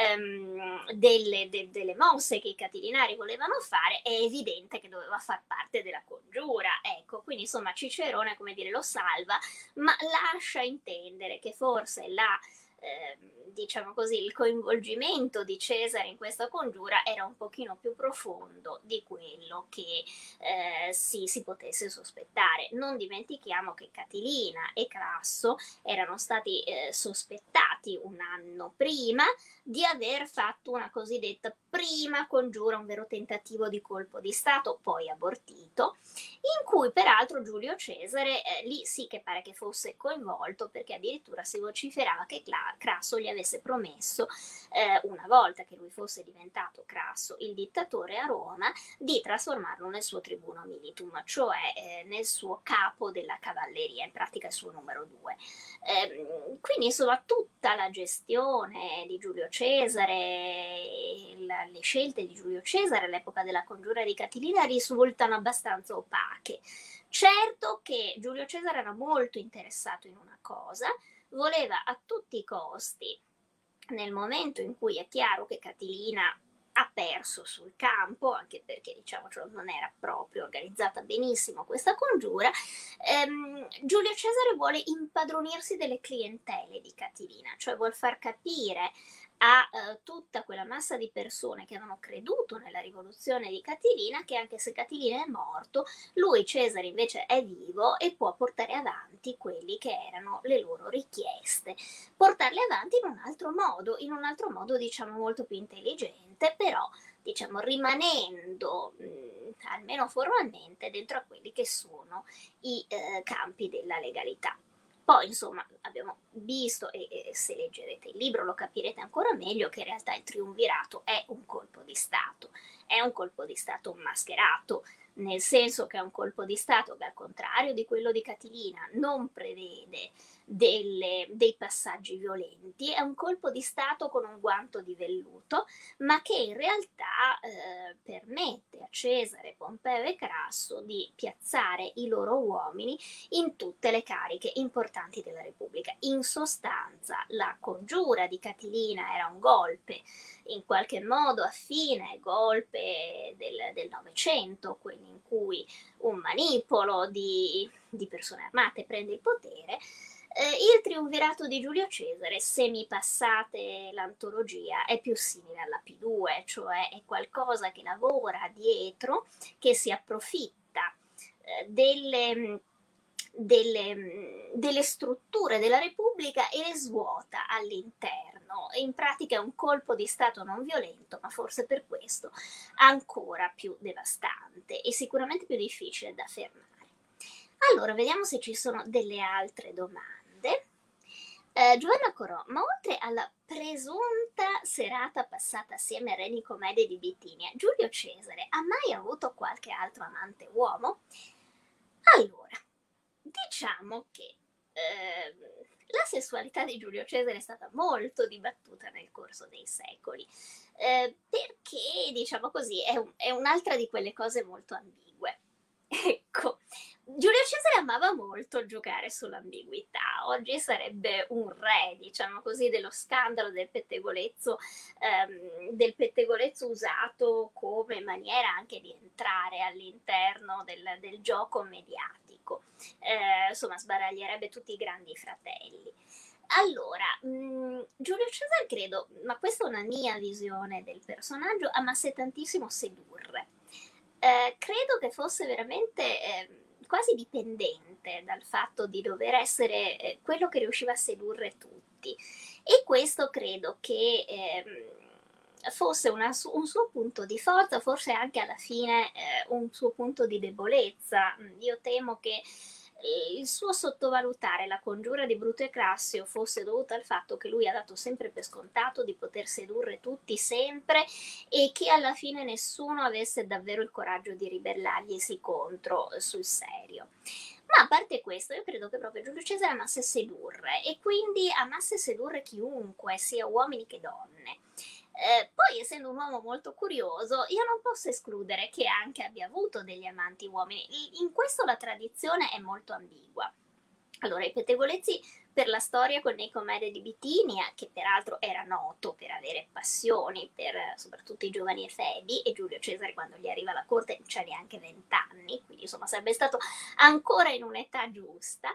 delle mosse che i catilinari volevano fare, è evidente che doveva far parte della congiura. Ecco, quindi insomma Cicerone, come dire, lo salva, ma lascia intendere che forse diciamo così, il coinvolgimento di Cesare in questa congiura era un pochino più profondo di quello che si potesse sospettare. Non dimentichiamo che Catilina e Crasso erano stati sospettati un anno prima di aver fatto una cosiddetta prima congiura, un vero tentativo di colpo di Stato, poi abortito, in cui peraltro Giulio Cesare, lì sì che pare che fosse coinvolto, perché addirittura si vociferava che Crasso gli avesse promesso, una volta che lui fosse diventato Crasso il dittatore a Roma, di trasformarlo nel suo tribuno militum, cioè nel suo capo della cavalleria, in pratica il suo numero 2. Quindi insomma tutta la gestione di Giulio Cesare, le scelte di Giulio Cesare all'epoca della congiura di Catilina risultano abbastanza opache. Certo che Giulio Cesare era molto interessato in una cosa, voleva a tutti i costi, nel momento in cui è chiaro che Catilina ha perso sul campo, anche perché diciamocelo non era proprio organizzata benissimo questa congiura, Giulio Cesare vuole impadronirsi delle clientele di Catilina, cioè vuol far capire a tutta quella massa di persone che avevano creduto nella rivoluzione di Catilina, che anche se Catilina è morto, lui Cesare invece è vivo e può portare avanti quelli che erano le loro richieste, portarle avanti in un altro modo diciamo molto più intelligente, però diciamo rimanendo almeno formalmente dentro a quelli che sono i campi della legalità. Poi, insomma, abbiamo visto, e se leggerete il libro lo capirete ancora meglio, che in realtà il triumvirato è un colpo di Stato, è un colpo di Stato mascherato, nel senso che è un colpo di Stato che, al contrario di quello di Catilina, non prevede dei passaggi violenti, è un colpo di Stato con un guanto di velluto, ma che in realtà permette a Cesare, Pompeo e Crasso di piazzare i loro uomini in tutte le cariche importanti della Repubblica. In sostanza, la congiura di Catilina era un golpe in qualche modo affine al golpe del Novecento, quello in cui un manipolo di persone armate prende il potere. Il triumvirato di Giulio Cesare, se mi passate l'antologia, è più simile alla P2, cioè è qualcosa che lavora dietro, che si approfitta delle strutture della Repubblica e le svuota all'interno. In pratica è un colpo di Stato non violento, ma forse per questo ancora più devastante e sicuramente più difficile da fermare. Allora, vediamo se ci sono delle altre domande. Giovanna Corò, ma oltre alla presunta serata passata assieme a Re Nicomede di Bitinia, Giulio Cesare ha mai avuto qualche altro amante uomo? Allora, diciamo che la sessualità di Giulio Cesare è stata molto dibattuta nel corso dei secoli, perché, diciamo così, è un'altra di quelle cose molto ambigue. Ecco, Giulio Cesare amava molto giocare sull'ambiguità. Oggi sarebbe un re, diciamo così, dello scandalo del pettegolezzo usato come maniera anche di entrare all'interno del gioco mediatico. Insomma, sbaraglierebbe tutti i grandi fratelli. Allora, Giulio Cesare credo, ma questa è una mia visione del personaggio, amasse tantissimo sedurre. Credo che fosse veramente quasi dipendente dal fatto di dover essere quello che riusciva a sedurre tutti. E questo credo che fosse un suo punto di forza, forse anche alla fine un suo punto di debolezza. Io temo che il suo sottovalutare la congiura di Bruto e Crassio fosse dovuto al fatto che lui ha dato sempre per scontato di poter sedurre tutti sempre e che alla fine nessuno avesse davvero il coraggio di ribellarglisi contro sul serio. Ma a parte questo, io credo che proprio Giulio Cesare amasse sedurre e quindi amasse sedurre chiunque, sia uomini che donne. Poi, essendo un uomo molto curioso, io non posso escludere che anche abbia avuto degli amanti uomini. In questo la tradizione è molto ambigua. Allora, i pettegolezzi per la storia con Nicomede di Bitinia, che peraltro era noto per avere passioni per soprattutto i giovani efebi, e Giulio Cesare quando gli arriva alla corte non c'ha neanche 20 anni, quindi insomma sarebbe stato ancora in un'età giusta.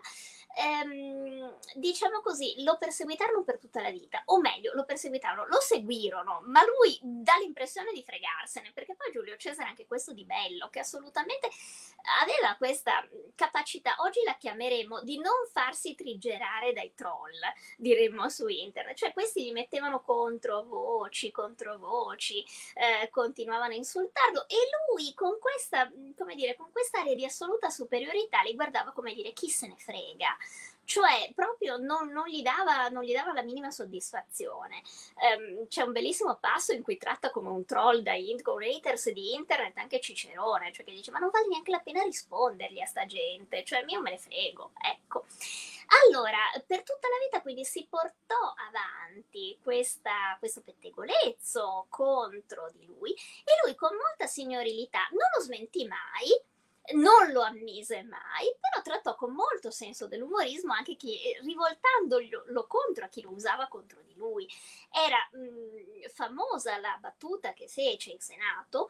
Diciamo così, lo perseguitarono per tutta la vita, o meglio, lo perseguitarono, lo seguirono, ma lui dà l'impressione di fregarsene, perché poi Giulio Cesare ha anche questo di bello, che assolutamente aveva questa capacità, oggi la chiameremo, di non farsi triggerare dai troll, diremmo su internet, cioè questi gli mettevano controvoci, continuavano a insultarlo e lui con questa, come dire, con questa area di assoluta superiorità li guardava come dire chi se ne frega, cioè proprio non gli dava la minima soddisfazione. C'è un bellissimo passo in cui tratta come un troll con haters di internet anche Cicerone, cioè che dice ma non vale neanche la pena rispondergli a sta gente, cioè io me ne frego, ecco. Allora, per tutta la vita quindi si portò avanti questo pettegolezzo contro di lui e lui con molta signorilità non lo smentì mai, non lo ammise mai, però trattò con molto senso dell'umorismo anche chi, rivoltandolo contro a chi lo usava contro di lui. Era famosa la battuta che fece in Senato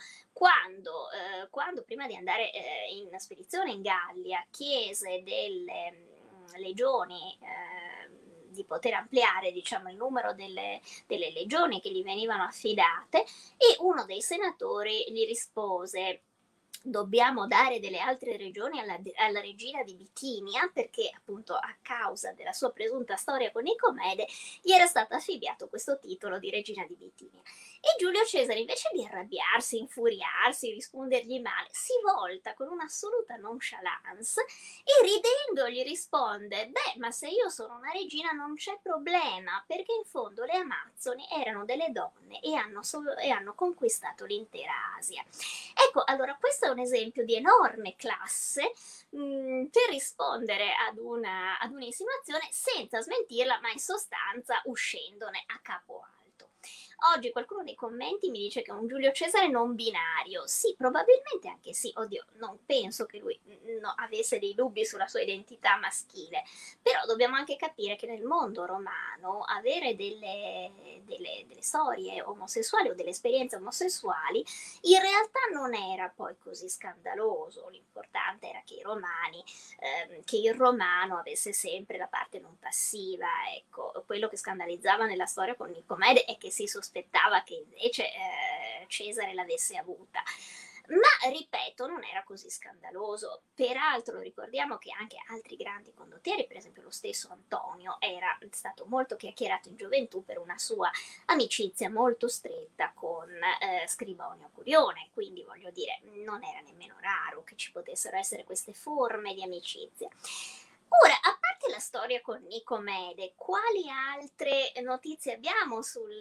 quando prima di andare in spedizione in Gallia chiese delle legioni di poter ampliare, diciamo, il numero delle legioni che gli venivano affidate, e uno dei senatori gli rispose: dobbiamo dare delle altre regioni alla regina di Bitinia, perché appunto a causa della sua presunta storia con Nicomede gli era stato affibbiato questo titolo di regina di Bitinia. E Giulio Cesare, invece di arrabbiarsi, infuriarsi, rispondergli male, si volta con un'assoluta nonchalance e ridendo gli risponde: beh, ma se io sono una regina non c'è problema, perché in fondo le Amazzoni erano delle donne e hanno conquistato l'intera Asia. Ecco, allora questo è un esempio di enorme classe per rispondere ad un'insinuazione senza smentirla, ma in sostanza uscendone a capo alto. Oggi qualcuno nei commenti mi dice che è un Giulio Cesare non binario. Sì, probabilmente anche sì. Oddio, non penso che lui avesse dei dubbi sulla sua identità maschile, però dobbiamo anche capire che nel mondo romano avere delle storie omosessuali o delle esperienze omosessuali in realtà non era poi così scandaloso. L'importante era che che il romano avesse sempre la parte non passiva. Ecco, quello che scandalizzava nella storia con Nicomede è che si sospettava che invece Cesare l'avesse avuta. Ma ripeto, non era così scandaloso. Peraltro ricordiamo che anche altri grandi condottieri, per esempio lo stesso Antonio, era stato molto chiacchierato in gioventù per una sua amicizia molto stretta con Scribonio Curione, quindi voglio dire, non era nemmeno raro che ci potessero essere queste forme di amicizia. Ora, a parte la storia con Nicomede, quali altre notizie abbiamo sui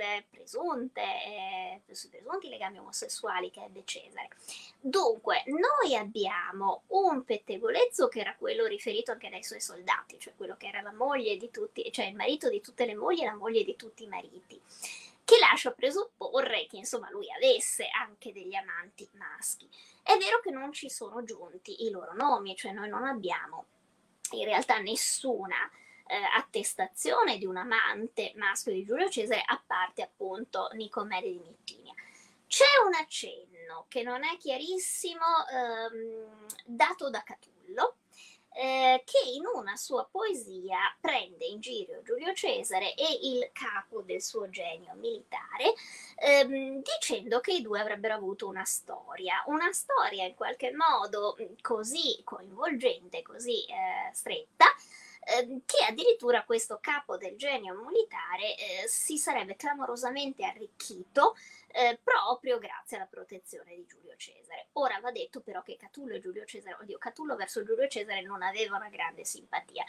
presunti legami omosessuali che ebbe Cesare? Dunque, noi abbiamo un pettegolezzo che era quello riferito anche dai suoi soldati, cioè quello che era la moglie di tutti, cioè il marito di tutte le mogli e la moglie di tutti i mariti, che lascia presupporre che insomma lui avesse anche degli amanti maschi. È vero che non ci sono giunti i loro nomi, cioè noi non abbiamo in realtà nessuna attestazione di un amante maschio di Giulio Cesare, a parte appunto Nicomede di Mittinia. C'è un accenno che non è chiarissimo, dato da Catullo, che in una sua poesia prende in giro Giulio Cesare e il capo del suo genio militare, dicendo che i due avrebbero avuto una storia in qualche modo così coinvolgente, così stretta, che addirittura questo capo del genio militare si sarebbe clamorosamente arricchito proprio grazie alla protezione di Giulio Cesare. Ora va detto però che Catullo e Giulio Cesare, Catullo verso Giulio Cesare non aveva una grande simpatia,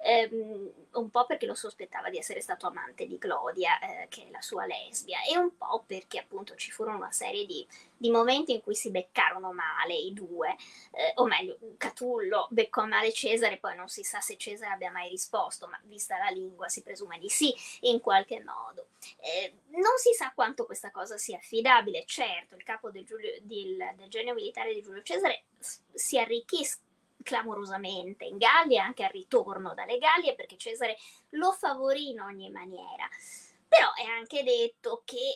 un po' perché lo sospettava di essere stato amante di Clodia, che è la sua lesbia, e un po' perché appunto ci furono una serie di momenti in cui si beccarono male i due, o meglio, Catullo beccò male Cesare, poi non si sa se Cesare abbia mai risposto, ma vista la lingua si presume di sì, in qualche modo. Non si sa quanto questa cosa sia affidabile. Certo, il capo del genio militare di Giulio Cesare si arricchì clamorosamente in Gallia, anche al ritorno dalle Gallie, perché Cesare lo favorì in ogni maniera. Però è anche detto che,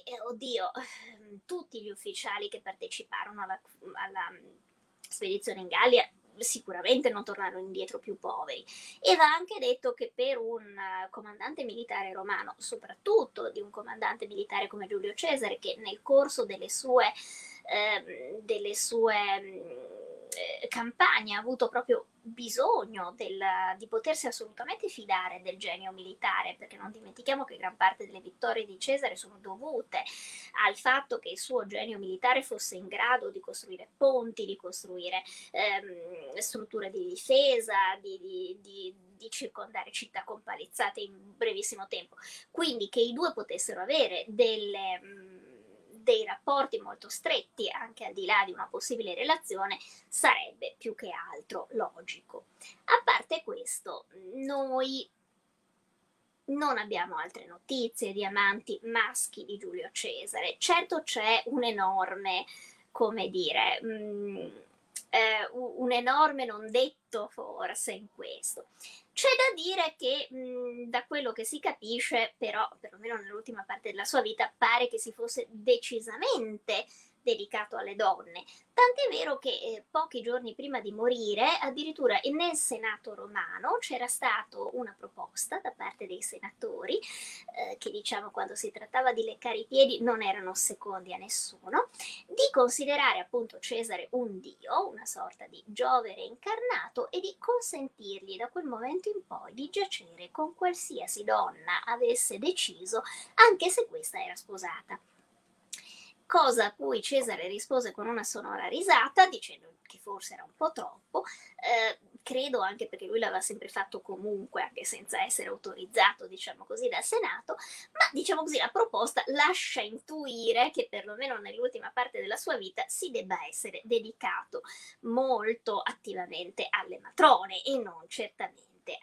tutti gli ufficiali che parteciparono alla spedizione in Gallia sicuramente non tornarono indietro più poveri. E va anche detto che per un comandante militare romano, soprattutto di un comandante militare come Giulio Cesare, che nel corso delle sue campagne ha avuto proprio bisogno di potersi assolutamente fidare del genio militare, perché non dimentichiamo che gran parte delle vittorie di Cesare sono dovute al fatto che il suo genio militare fosse in grado di costruire ponti, di costruire strutture di difesa, di circondare città compalizzate in brevissimo tempo. Quindi che i due potessero avere dei rapporti molto stretti, anche al di là di una possibile relazione, sarebbe più che altro logico. A parte questo, noi non abbiamo altre notizie di amanti maschi di Giulio Cesare. Certo c'è un enorme, come dire, un enorme non detto forse in questo. C'è da dire che da quello che si capisce, però perlomeno nell'ultima parte della sua vita, pare che si fosse decisamente dedicato alle donne. Tant'è vero che pochi giorni prima di morire, addirittura nel Senato romano c'era stata una proposta da parte dei senatori, che diciamo quando si trattava di leccare i piedi non erano secondi a nessuno, di considerare appunto Cesare un dio, una sorta di Giove reincarnato, e di consentirgli da quel momento in poi di giacere con qualsiasi donna avesse deciso, anche se questa era sposata. Cosa a cui Cesare rispose con una sonora risata, dicendo che forse era un po' troppo, credo anche perché lui l'aveva sempre fatto comunque, anche senza essere autorizzato, diciamo così, dal Senato, ma diciamo così la proposta lascia intuire che perlomeno nell'ultima parte della sua vita si debba essere dedicato molto attivamente alle matrone e non certamente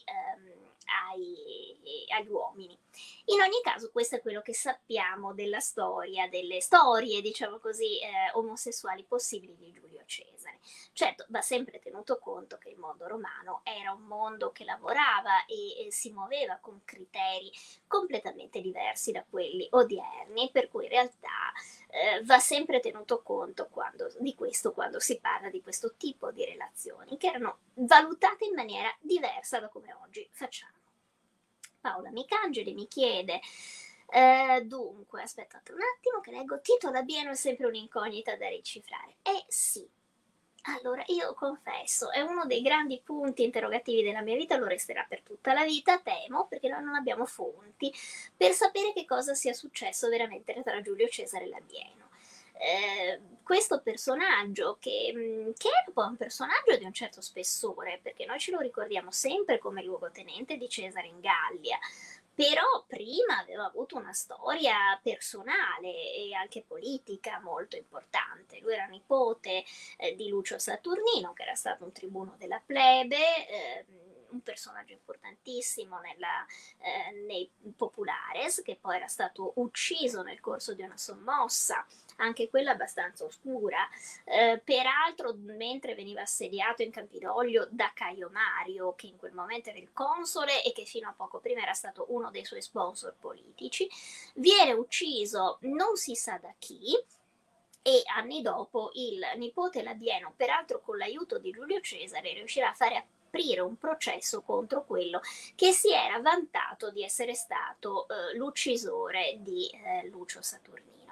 agli uomini. In ogni caso, questo è quello che sappiamo della storia, delle storie, diciamo così, omosessuali possibili di Giulio Cesare. Certo, va sempre tenuto conto che il mondo romano era un mondo che lavorava e si muoveva con criteri completamente diversi da quelli odierni, per cui in realtà va sempre tenuto conto di questo quando si parla di questo tipo di relazioni, che erano valutate in maniera diversa da come oggi facciamo. Paola Micangeli mi chiede, dunque, aspettate un attimo che leggo, Tito Labieno è sempre un'incognita da decifrare. Sì, allora io confesso, è uno dei grandi punti interrogativi della mia vita, lo resterà per tutta la vita, temo, perché noi non abbiamo fonti per sapere che cosa sia successo veramente tra Giulio Cesare e Labieno. Questo personaggio che è un po' un personaggio di un certo spessore, perché noi ce lo ricordiamo sempre come luogotenente di Cesare in Gallia, però prima aveva avuto una storia personale e anche politica molto importante. Lui era nipote di Lucio Saturnino, che era stato un tribuno della plebe, un personaggio importantissimo nei populares, che poi era stato ucciso nel corso di una sommossa, anche quella abbastanza oscura, peraltro mentre veniva assediato in Campidoglio da Caio Mario, che in quel momento era il console e che fino a poco prima era stato uno dei suoi sponsor politici. Viene ucciso non si sa da chi, e anni dopo il nipote Labieno, peraltro con l'aiuto di Giulio Cesare, riuscirà a fare aprire un processo contro quello che si era vantato di essere stato l'uccisore di Lucio Saturnino.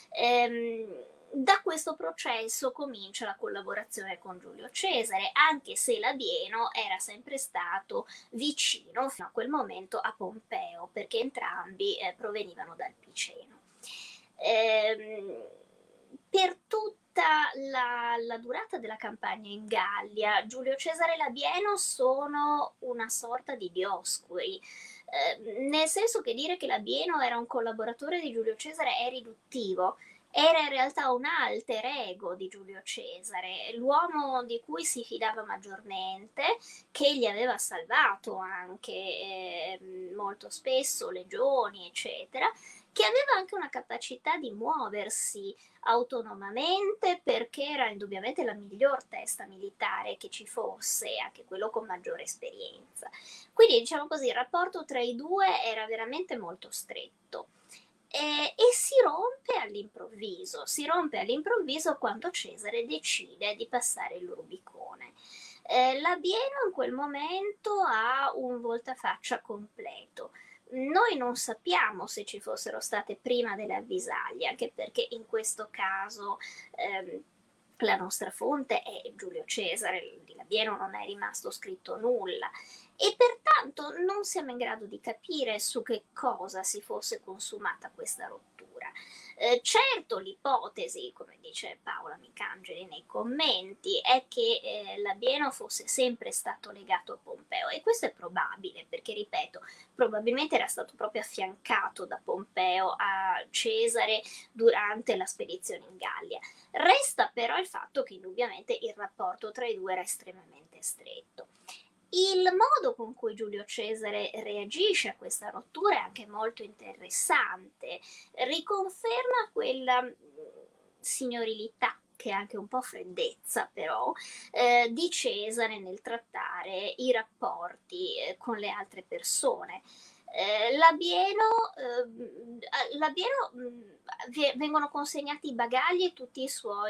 Da questo processo comincia la collaborazione con Giulio Cesare, anche se Labieno era sempre stato vicino fino a quel momento a Pompeo, perché entrambi provenivano dal Piceno. Per tutta la durata della campagna in Gallia, Giulio Cesare e Labieno sono una sorta di dioscuri, nel senso che dire che Labieno era un collaboratore di Giulio Cesare è riduttivo. Era in realtà un alter ego di Giulio Cesare, l'uomo di cui si fidava maggiormente, che gli aveva salvato anche molto spesso legioni, eccetera, che aveva anche una capacità di muoversi autonomamente perché era indubbiamente la miglior testa militare che ci fosse, anche quello con maggiore esperienza. Quindi diciamo così, il rapporto tra i due era veramente molto stretto. E si rompe all'improvviso quando Cesare decide di passare il Rubicone. Labieno in quel momento ha un voltafaccia completo. Noi non sappiamo se ci fossero state prima delle avvisaglie, anche perché in questo caso la nostra fonte è Giulio Cesare, di Labieno non è rimasto scritto nulla e pertanto non siamo in grado di capire su che cosa si fosse consumata questa rottura. Certo l'ipotesi, come dice Paola Micangeli nei commenti, è che Labieno fosse sempre stato legato a Pompeo e questo è probabile perché, ripeto, probabilmente era stato proprio affiancato da Pompeo a Cesare durante la spedizione in Gallia. Resta però il fatto che indubbiamente il rapporto tra i due era estremamente stretto. Il modo con cui Giulio Cesare reagisce a questa rottura è anche molto interessante, riconferma quella signorilità, che è anche un po' freddezza però, di Cesare nel trattare i rapporti con le altre persone. Labieno vengono consegnati i bagagli e tutti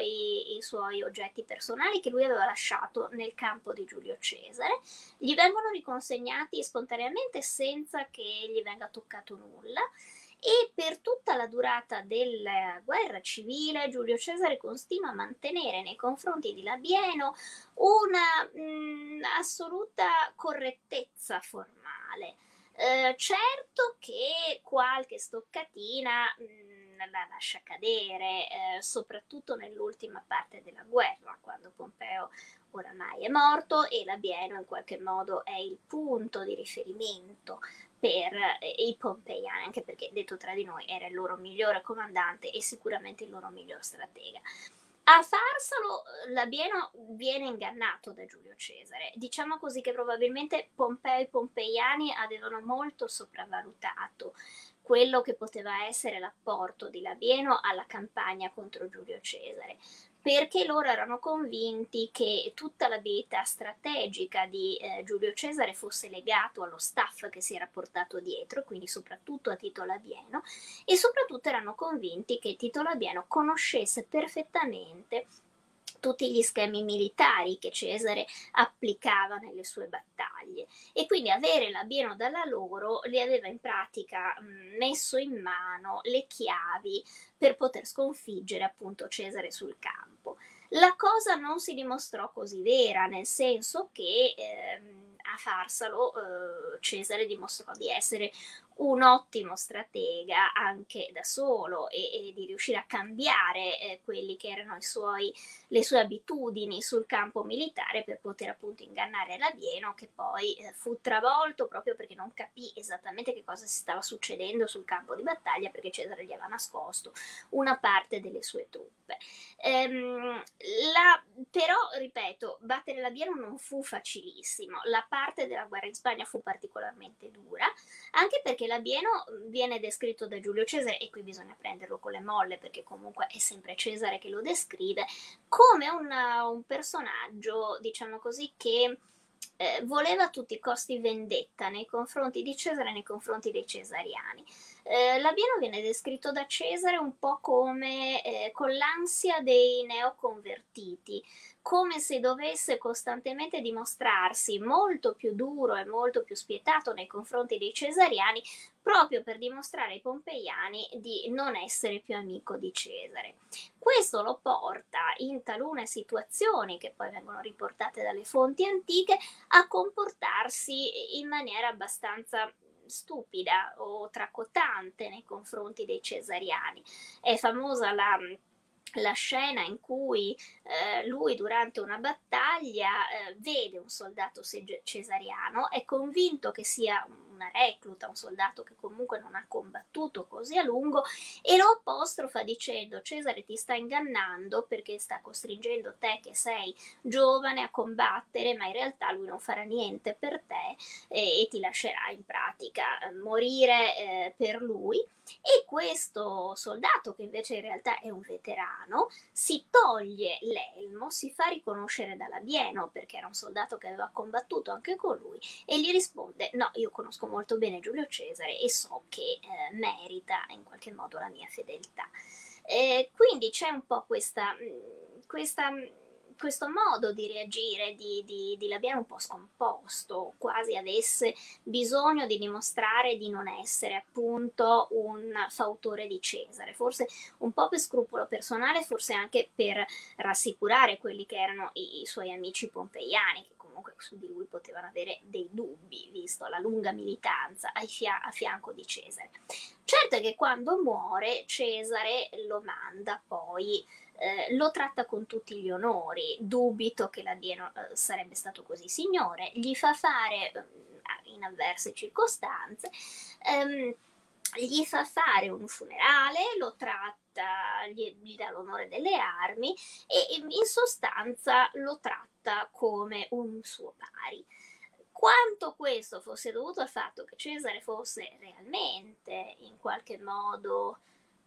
i suoi oggetti personali che lui aveva lasciato nel campo di Giulio Cesare, gli vengono riconsegnati spontaneamente senza che gli venga toccato nulla. E per tutta la durata della guerra civile Giulio Cesare continua a mantenere nei confronti di Labieno una assoluta correttezza formale. Certo che qualche stoccatina la lascia cadere, soprattutto nell'ultima parte della guerra, quando Pompeo oramai è morto e Labieno in qualche modo è il punto di riferimento per i pompeiani, anche perché, detto tra di noi, era il loro migliore comandante e sicuramente il loro miglior stratega. A Farsalo Labieno viene ingannato da Giulio Cesare. Diciamo così che probabilmente Pompeo e i pompeiani avevano molto sopravvalutato quello che poteva essere l'apporto di Labieno alla campagna contro Giulio Cesare, perché loro erano convinti che tutta l'abilità strategica di Giulio Cesare fosse legato allo staff che si era portato dietro, quindi soprattutto a Tito Labieno, e soprattutto erano convinti che Tito Labieno conoscesse perfettamente tutti gli schemi militari che Cesare applicava nelle sue battaglie, e quindi avere Labieno dalla loro li aveva in pratica messo in mano le chiavi per poter sconfiggere appunto Cesare sul campo. La cosa non si dimostrò così vera, nel senso che a Farsalo Cesare dimostrò di essere un ottimo stratega anche da solo e di riuscire a cambiare quelli che erano le sue abitudini sul campo militare per poter appunto ingannare Labieno, che poi fu travolto proprio perché non capì esattamente che cosa si stava succedendo sul campo di battaglia, perché Cesare gli aveva nascosto una parte delle sue truppe. Però, ripeto, battere Labieno non fu facilissimo. La parte della guerra in Spagna fu particolarmente dura, anche perché Labieno viene descritto da Giulio Cesare, e qui bisogna prenderlo con le molle perché comunque è sempre Cesare che lo descrive, come un personaggio, diciamo così, che voleva a tutti i costi vendetta nei confronti di Cesare e nei confronti dei cesariani. Labieno viene descritto da Cesare un po' come con l'ansia dei neoconvertiti, come se dovesse costantemente dimostrarsi molto più duro e molto più spietato nei confronti dei cesariani, proprio per dimostrare ai pompeiani di non essere più amico di Cesare. Questo lo porta in talune situazioni, che poi vengono riportate dalle fonti antiche, a comportarsi in maniera abbastanza stupida o tracotante nei confronti dei cesariani. È famosa la scena in cui lui durante una battaglia vede un soldato cesariano, è convinto che sia una recluta, un soldato che comunque non ha combattuto così a lungo, e lo apostrofa dicendo: Cesare ti sta ingannando perché sta costringendo te che sei giovane a combattere, ma in realtà lui non farà niente per te e ti lascerà in pratica morire per lui. E questo soldato, che invece in realtà è un veterano, si toglie l'elmo, si fa riconoscere da Labieno perché era un soldato che aveva combattuto anche con lui, e gli risponde: no, io conosco molto bene Giulio Cesare e so che merita in qualche modo la mia fedeltà. Quindi c'è un po' questo modo di reagire di Labieno un po' scomposto, quasi avesse bisogno di dimostrare di non essere appunto un fautore di Cesare, forse un po' per scrupolo personale, forse anche per rassicurare quelli che erano i suoi amici pompeiani, che comunque su di lui potevano avere dei dubbi, visto la lunga militanza a fianco di Cesare. Certo è che quando muore Cesare lo manda poi, lo tratta con tutti gli onori, dubito che Labieno sarebbe stato così signore, gli fa fare, in avverse circostanze, gli fa fare un funerale, lo tratta, gli dà l'onore delle armi e in sostanza lo tratta come un suo pari. Quanto questo fosse dovuto al fatto che Cesare fosse realmente in qualche modo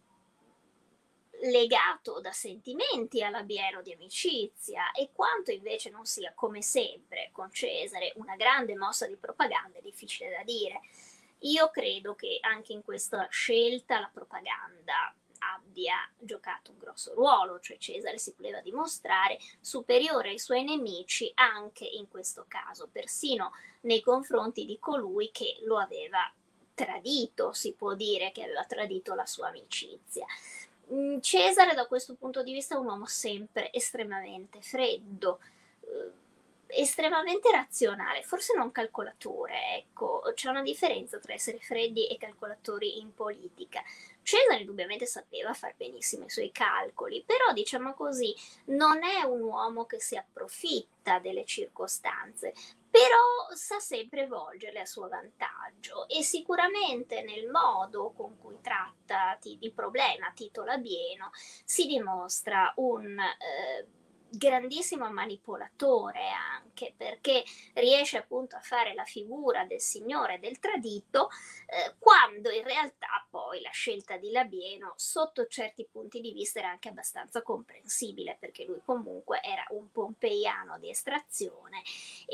legato da sentimenti a Labieno di amicizia, e quanto invece non sia, come sempre con Cesare, una grande mossa di propaganda, è difficile da dire. Io credo che anche in questa scelta la propaganda abbia giocato un grosso ruolo, cioè Cesare si voleva dimostrare superiore ai suoi nemici anche in questo caso, persino nei confronti di colui che lo aveva tradito, si può dire che aveva tradito la sua amicizia. Cesare da questo punto di vista è un uomo sempre estremamente freddo, estremamente razionale, forse non calcolatore, ecco, c'è una differenza tra essere freddi e calcolatori in politica. Cesare indubbiamente sapeva far benissimo i suoi calcoli, però diciamo così, non è un uomo che si approfitta delle circostanze, però sa sempre volgerle a suo vantaggio e sicuramente nel modo con cui tratta il problema Tito Labieno si dimostra un grandissimo manipolatore anche perché riesce appunto a fare la figura del signore del tradito quando in realtà poi la scelta di Labieno sotto certi punti di vista era anche abbastanza comprensibile perché lui comunque era un pompeiano di estrazione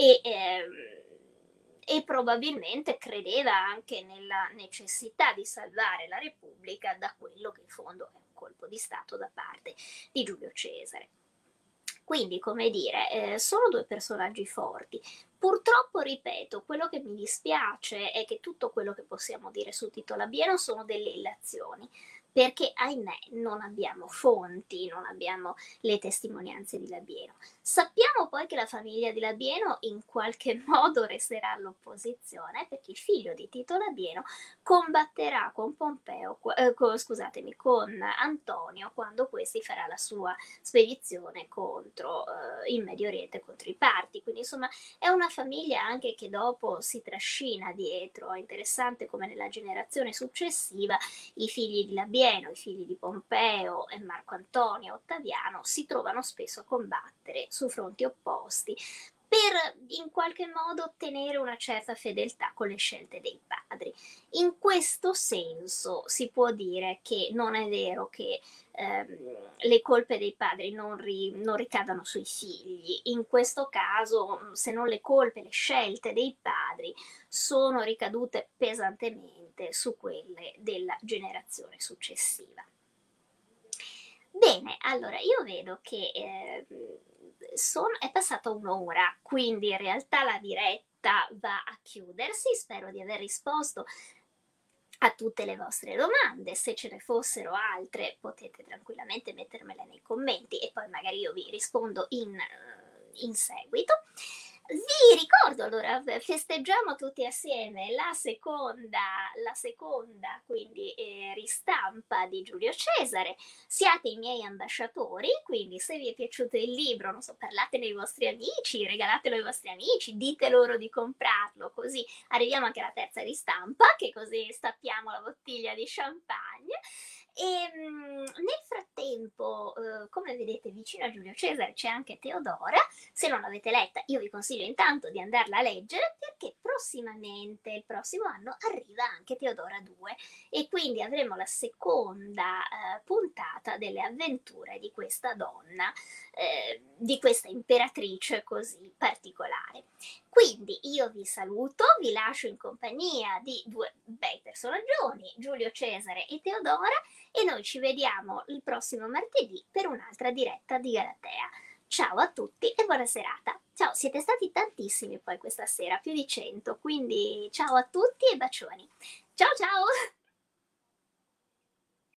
e probabilmente credeva anche nella necessità di salvare la Repubblica da quello che in fondo è un colpo di Stato da parte di Giulio Cesare. Quindi, come dire, sono due personaggi forti. Purtroppo, ripeto, quello che mi dispiace è che tutto quello che possiamo dire su Tito Labieno sono delle illazioni, perché ahimè non abbiamo fonti, non abbiamo le testimonianze di Labieno. Sappiamo poi che la famiglia di Labieno in qualche modo resterà all'opposizione, perché il figlio di Tito Labieno combatterà con Pompeo, scusatemi, con Antonio quando questi farà la sua spedizione contro il Medio Oriente, contro i Parti. Quindi insomma è una famiglia anche che dopo si trascina dietro. È interessante come nella generazione successiva i figli di Labieno, i figli di Pompeo e Marco Antonio Ottaviano si trovano spesso a combattere su fronti opposti per in qualche modo ottenere una certa fedeltà con le scelte dei padri. In questo senso si può dire che non è vero che le colpe dei padri non ricadano sui figli. In questo caso, se non le colpe, le scelte dei padri sono ricadute pesantemente su quelle della generazione successiva. Bene, allora io vedo che è passata un'ora, quindi in realtà la diretta va a chiudersi. Spero di aver risposto a tutte le vostre domande. Se ce ne fossero altre potete tranquillamente mettermele nei commenti e poi magari io vi rispondo in seguito. Vi ricordo allora, festeggiamo tutti assieme la seconda quindi ristampa di Giulio Cesare. Siate i miei ambasciatori, quindi se vi è piaciuto il libro, non so, parlatene ai vostri amici, regalatelo ai vostri amici, dite loro di comprarlo, così arriviamo anche alla terza ristampa, che così stappiamo la bottiglia di champagne. E nel frattempo, come vedete, vicino a Giulio Cesare c'è anche Teodora. Se non l'avete letta, io vi consiglio intanto di andarla a leggere perché prossimamente, il prossimo anno, arriva anche Teodora 2 e quindi avremo la seconda puntata delle avventure di questa donna, di questa imperatrice così particolare. Quindi io vi saluto, vi lascio in compagnia di due bei personaggioni, Giulio Cesare e Teodora, e noi ci vediamo il prossimo martedì per un'altra diretta di Galatea. Ciao a tutti e buona serata. Ciao, siete stati tantissimi poi questa sera, più di 100, quindi ciao a tutti e bacioni. Ciao ciao!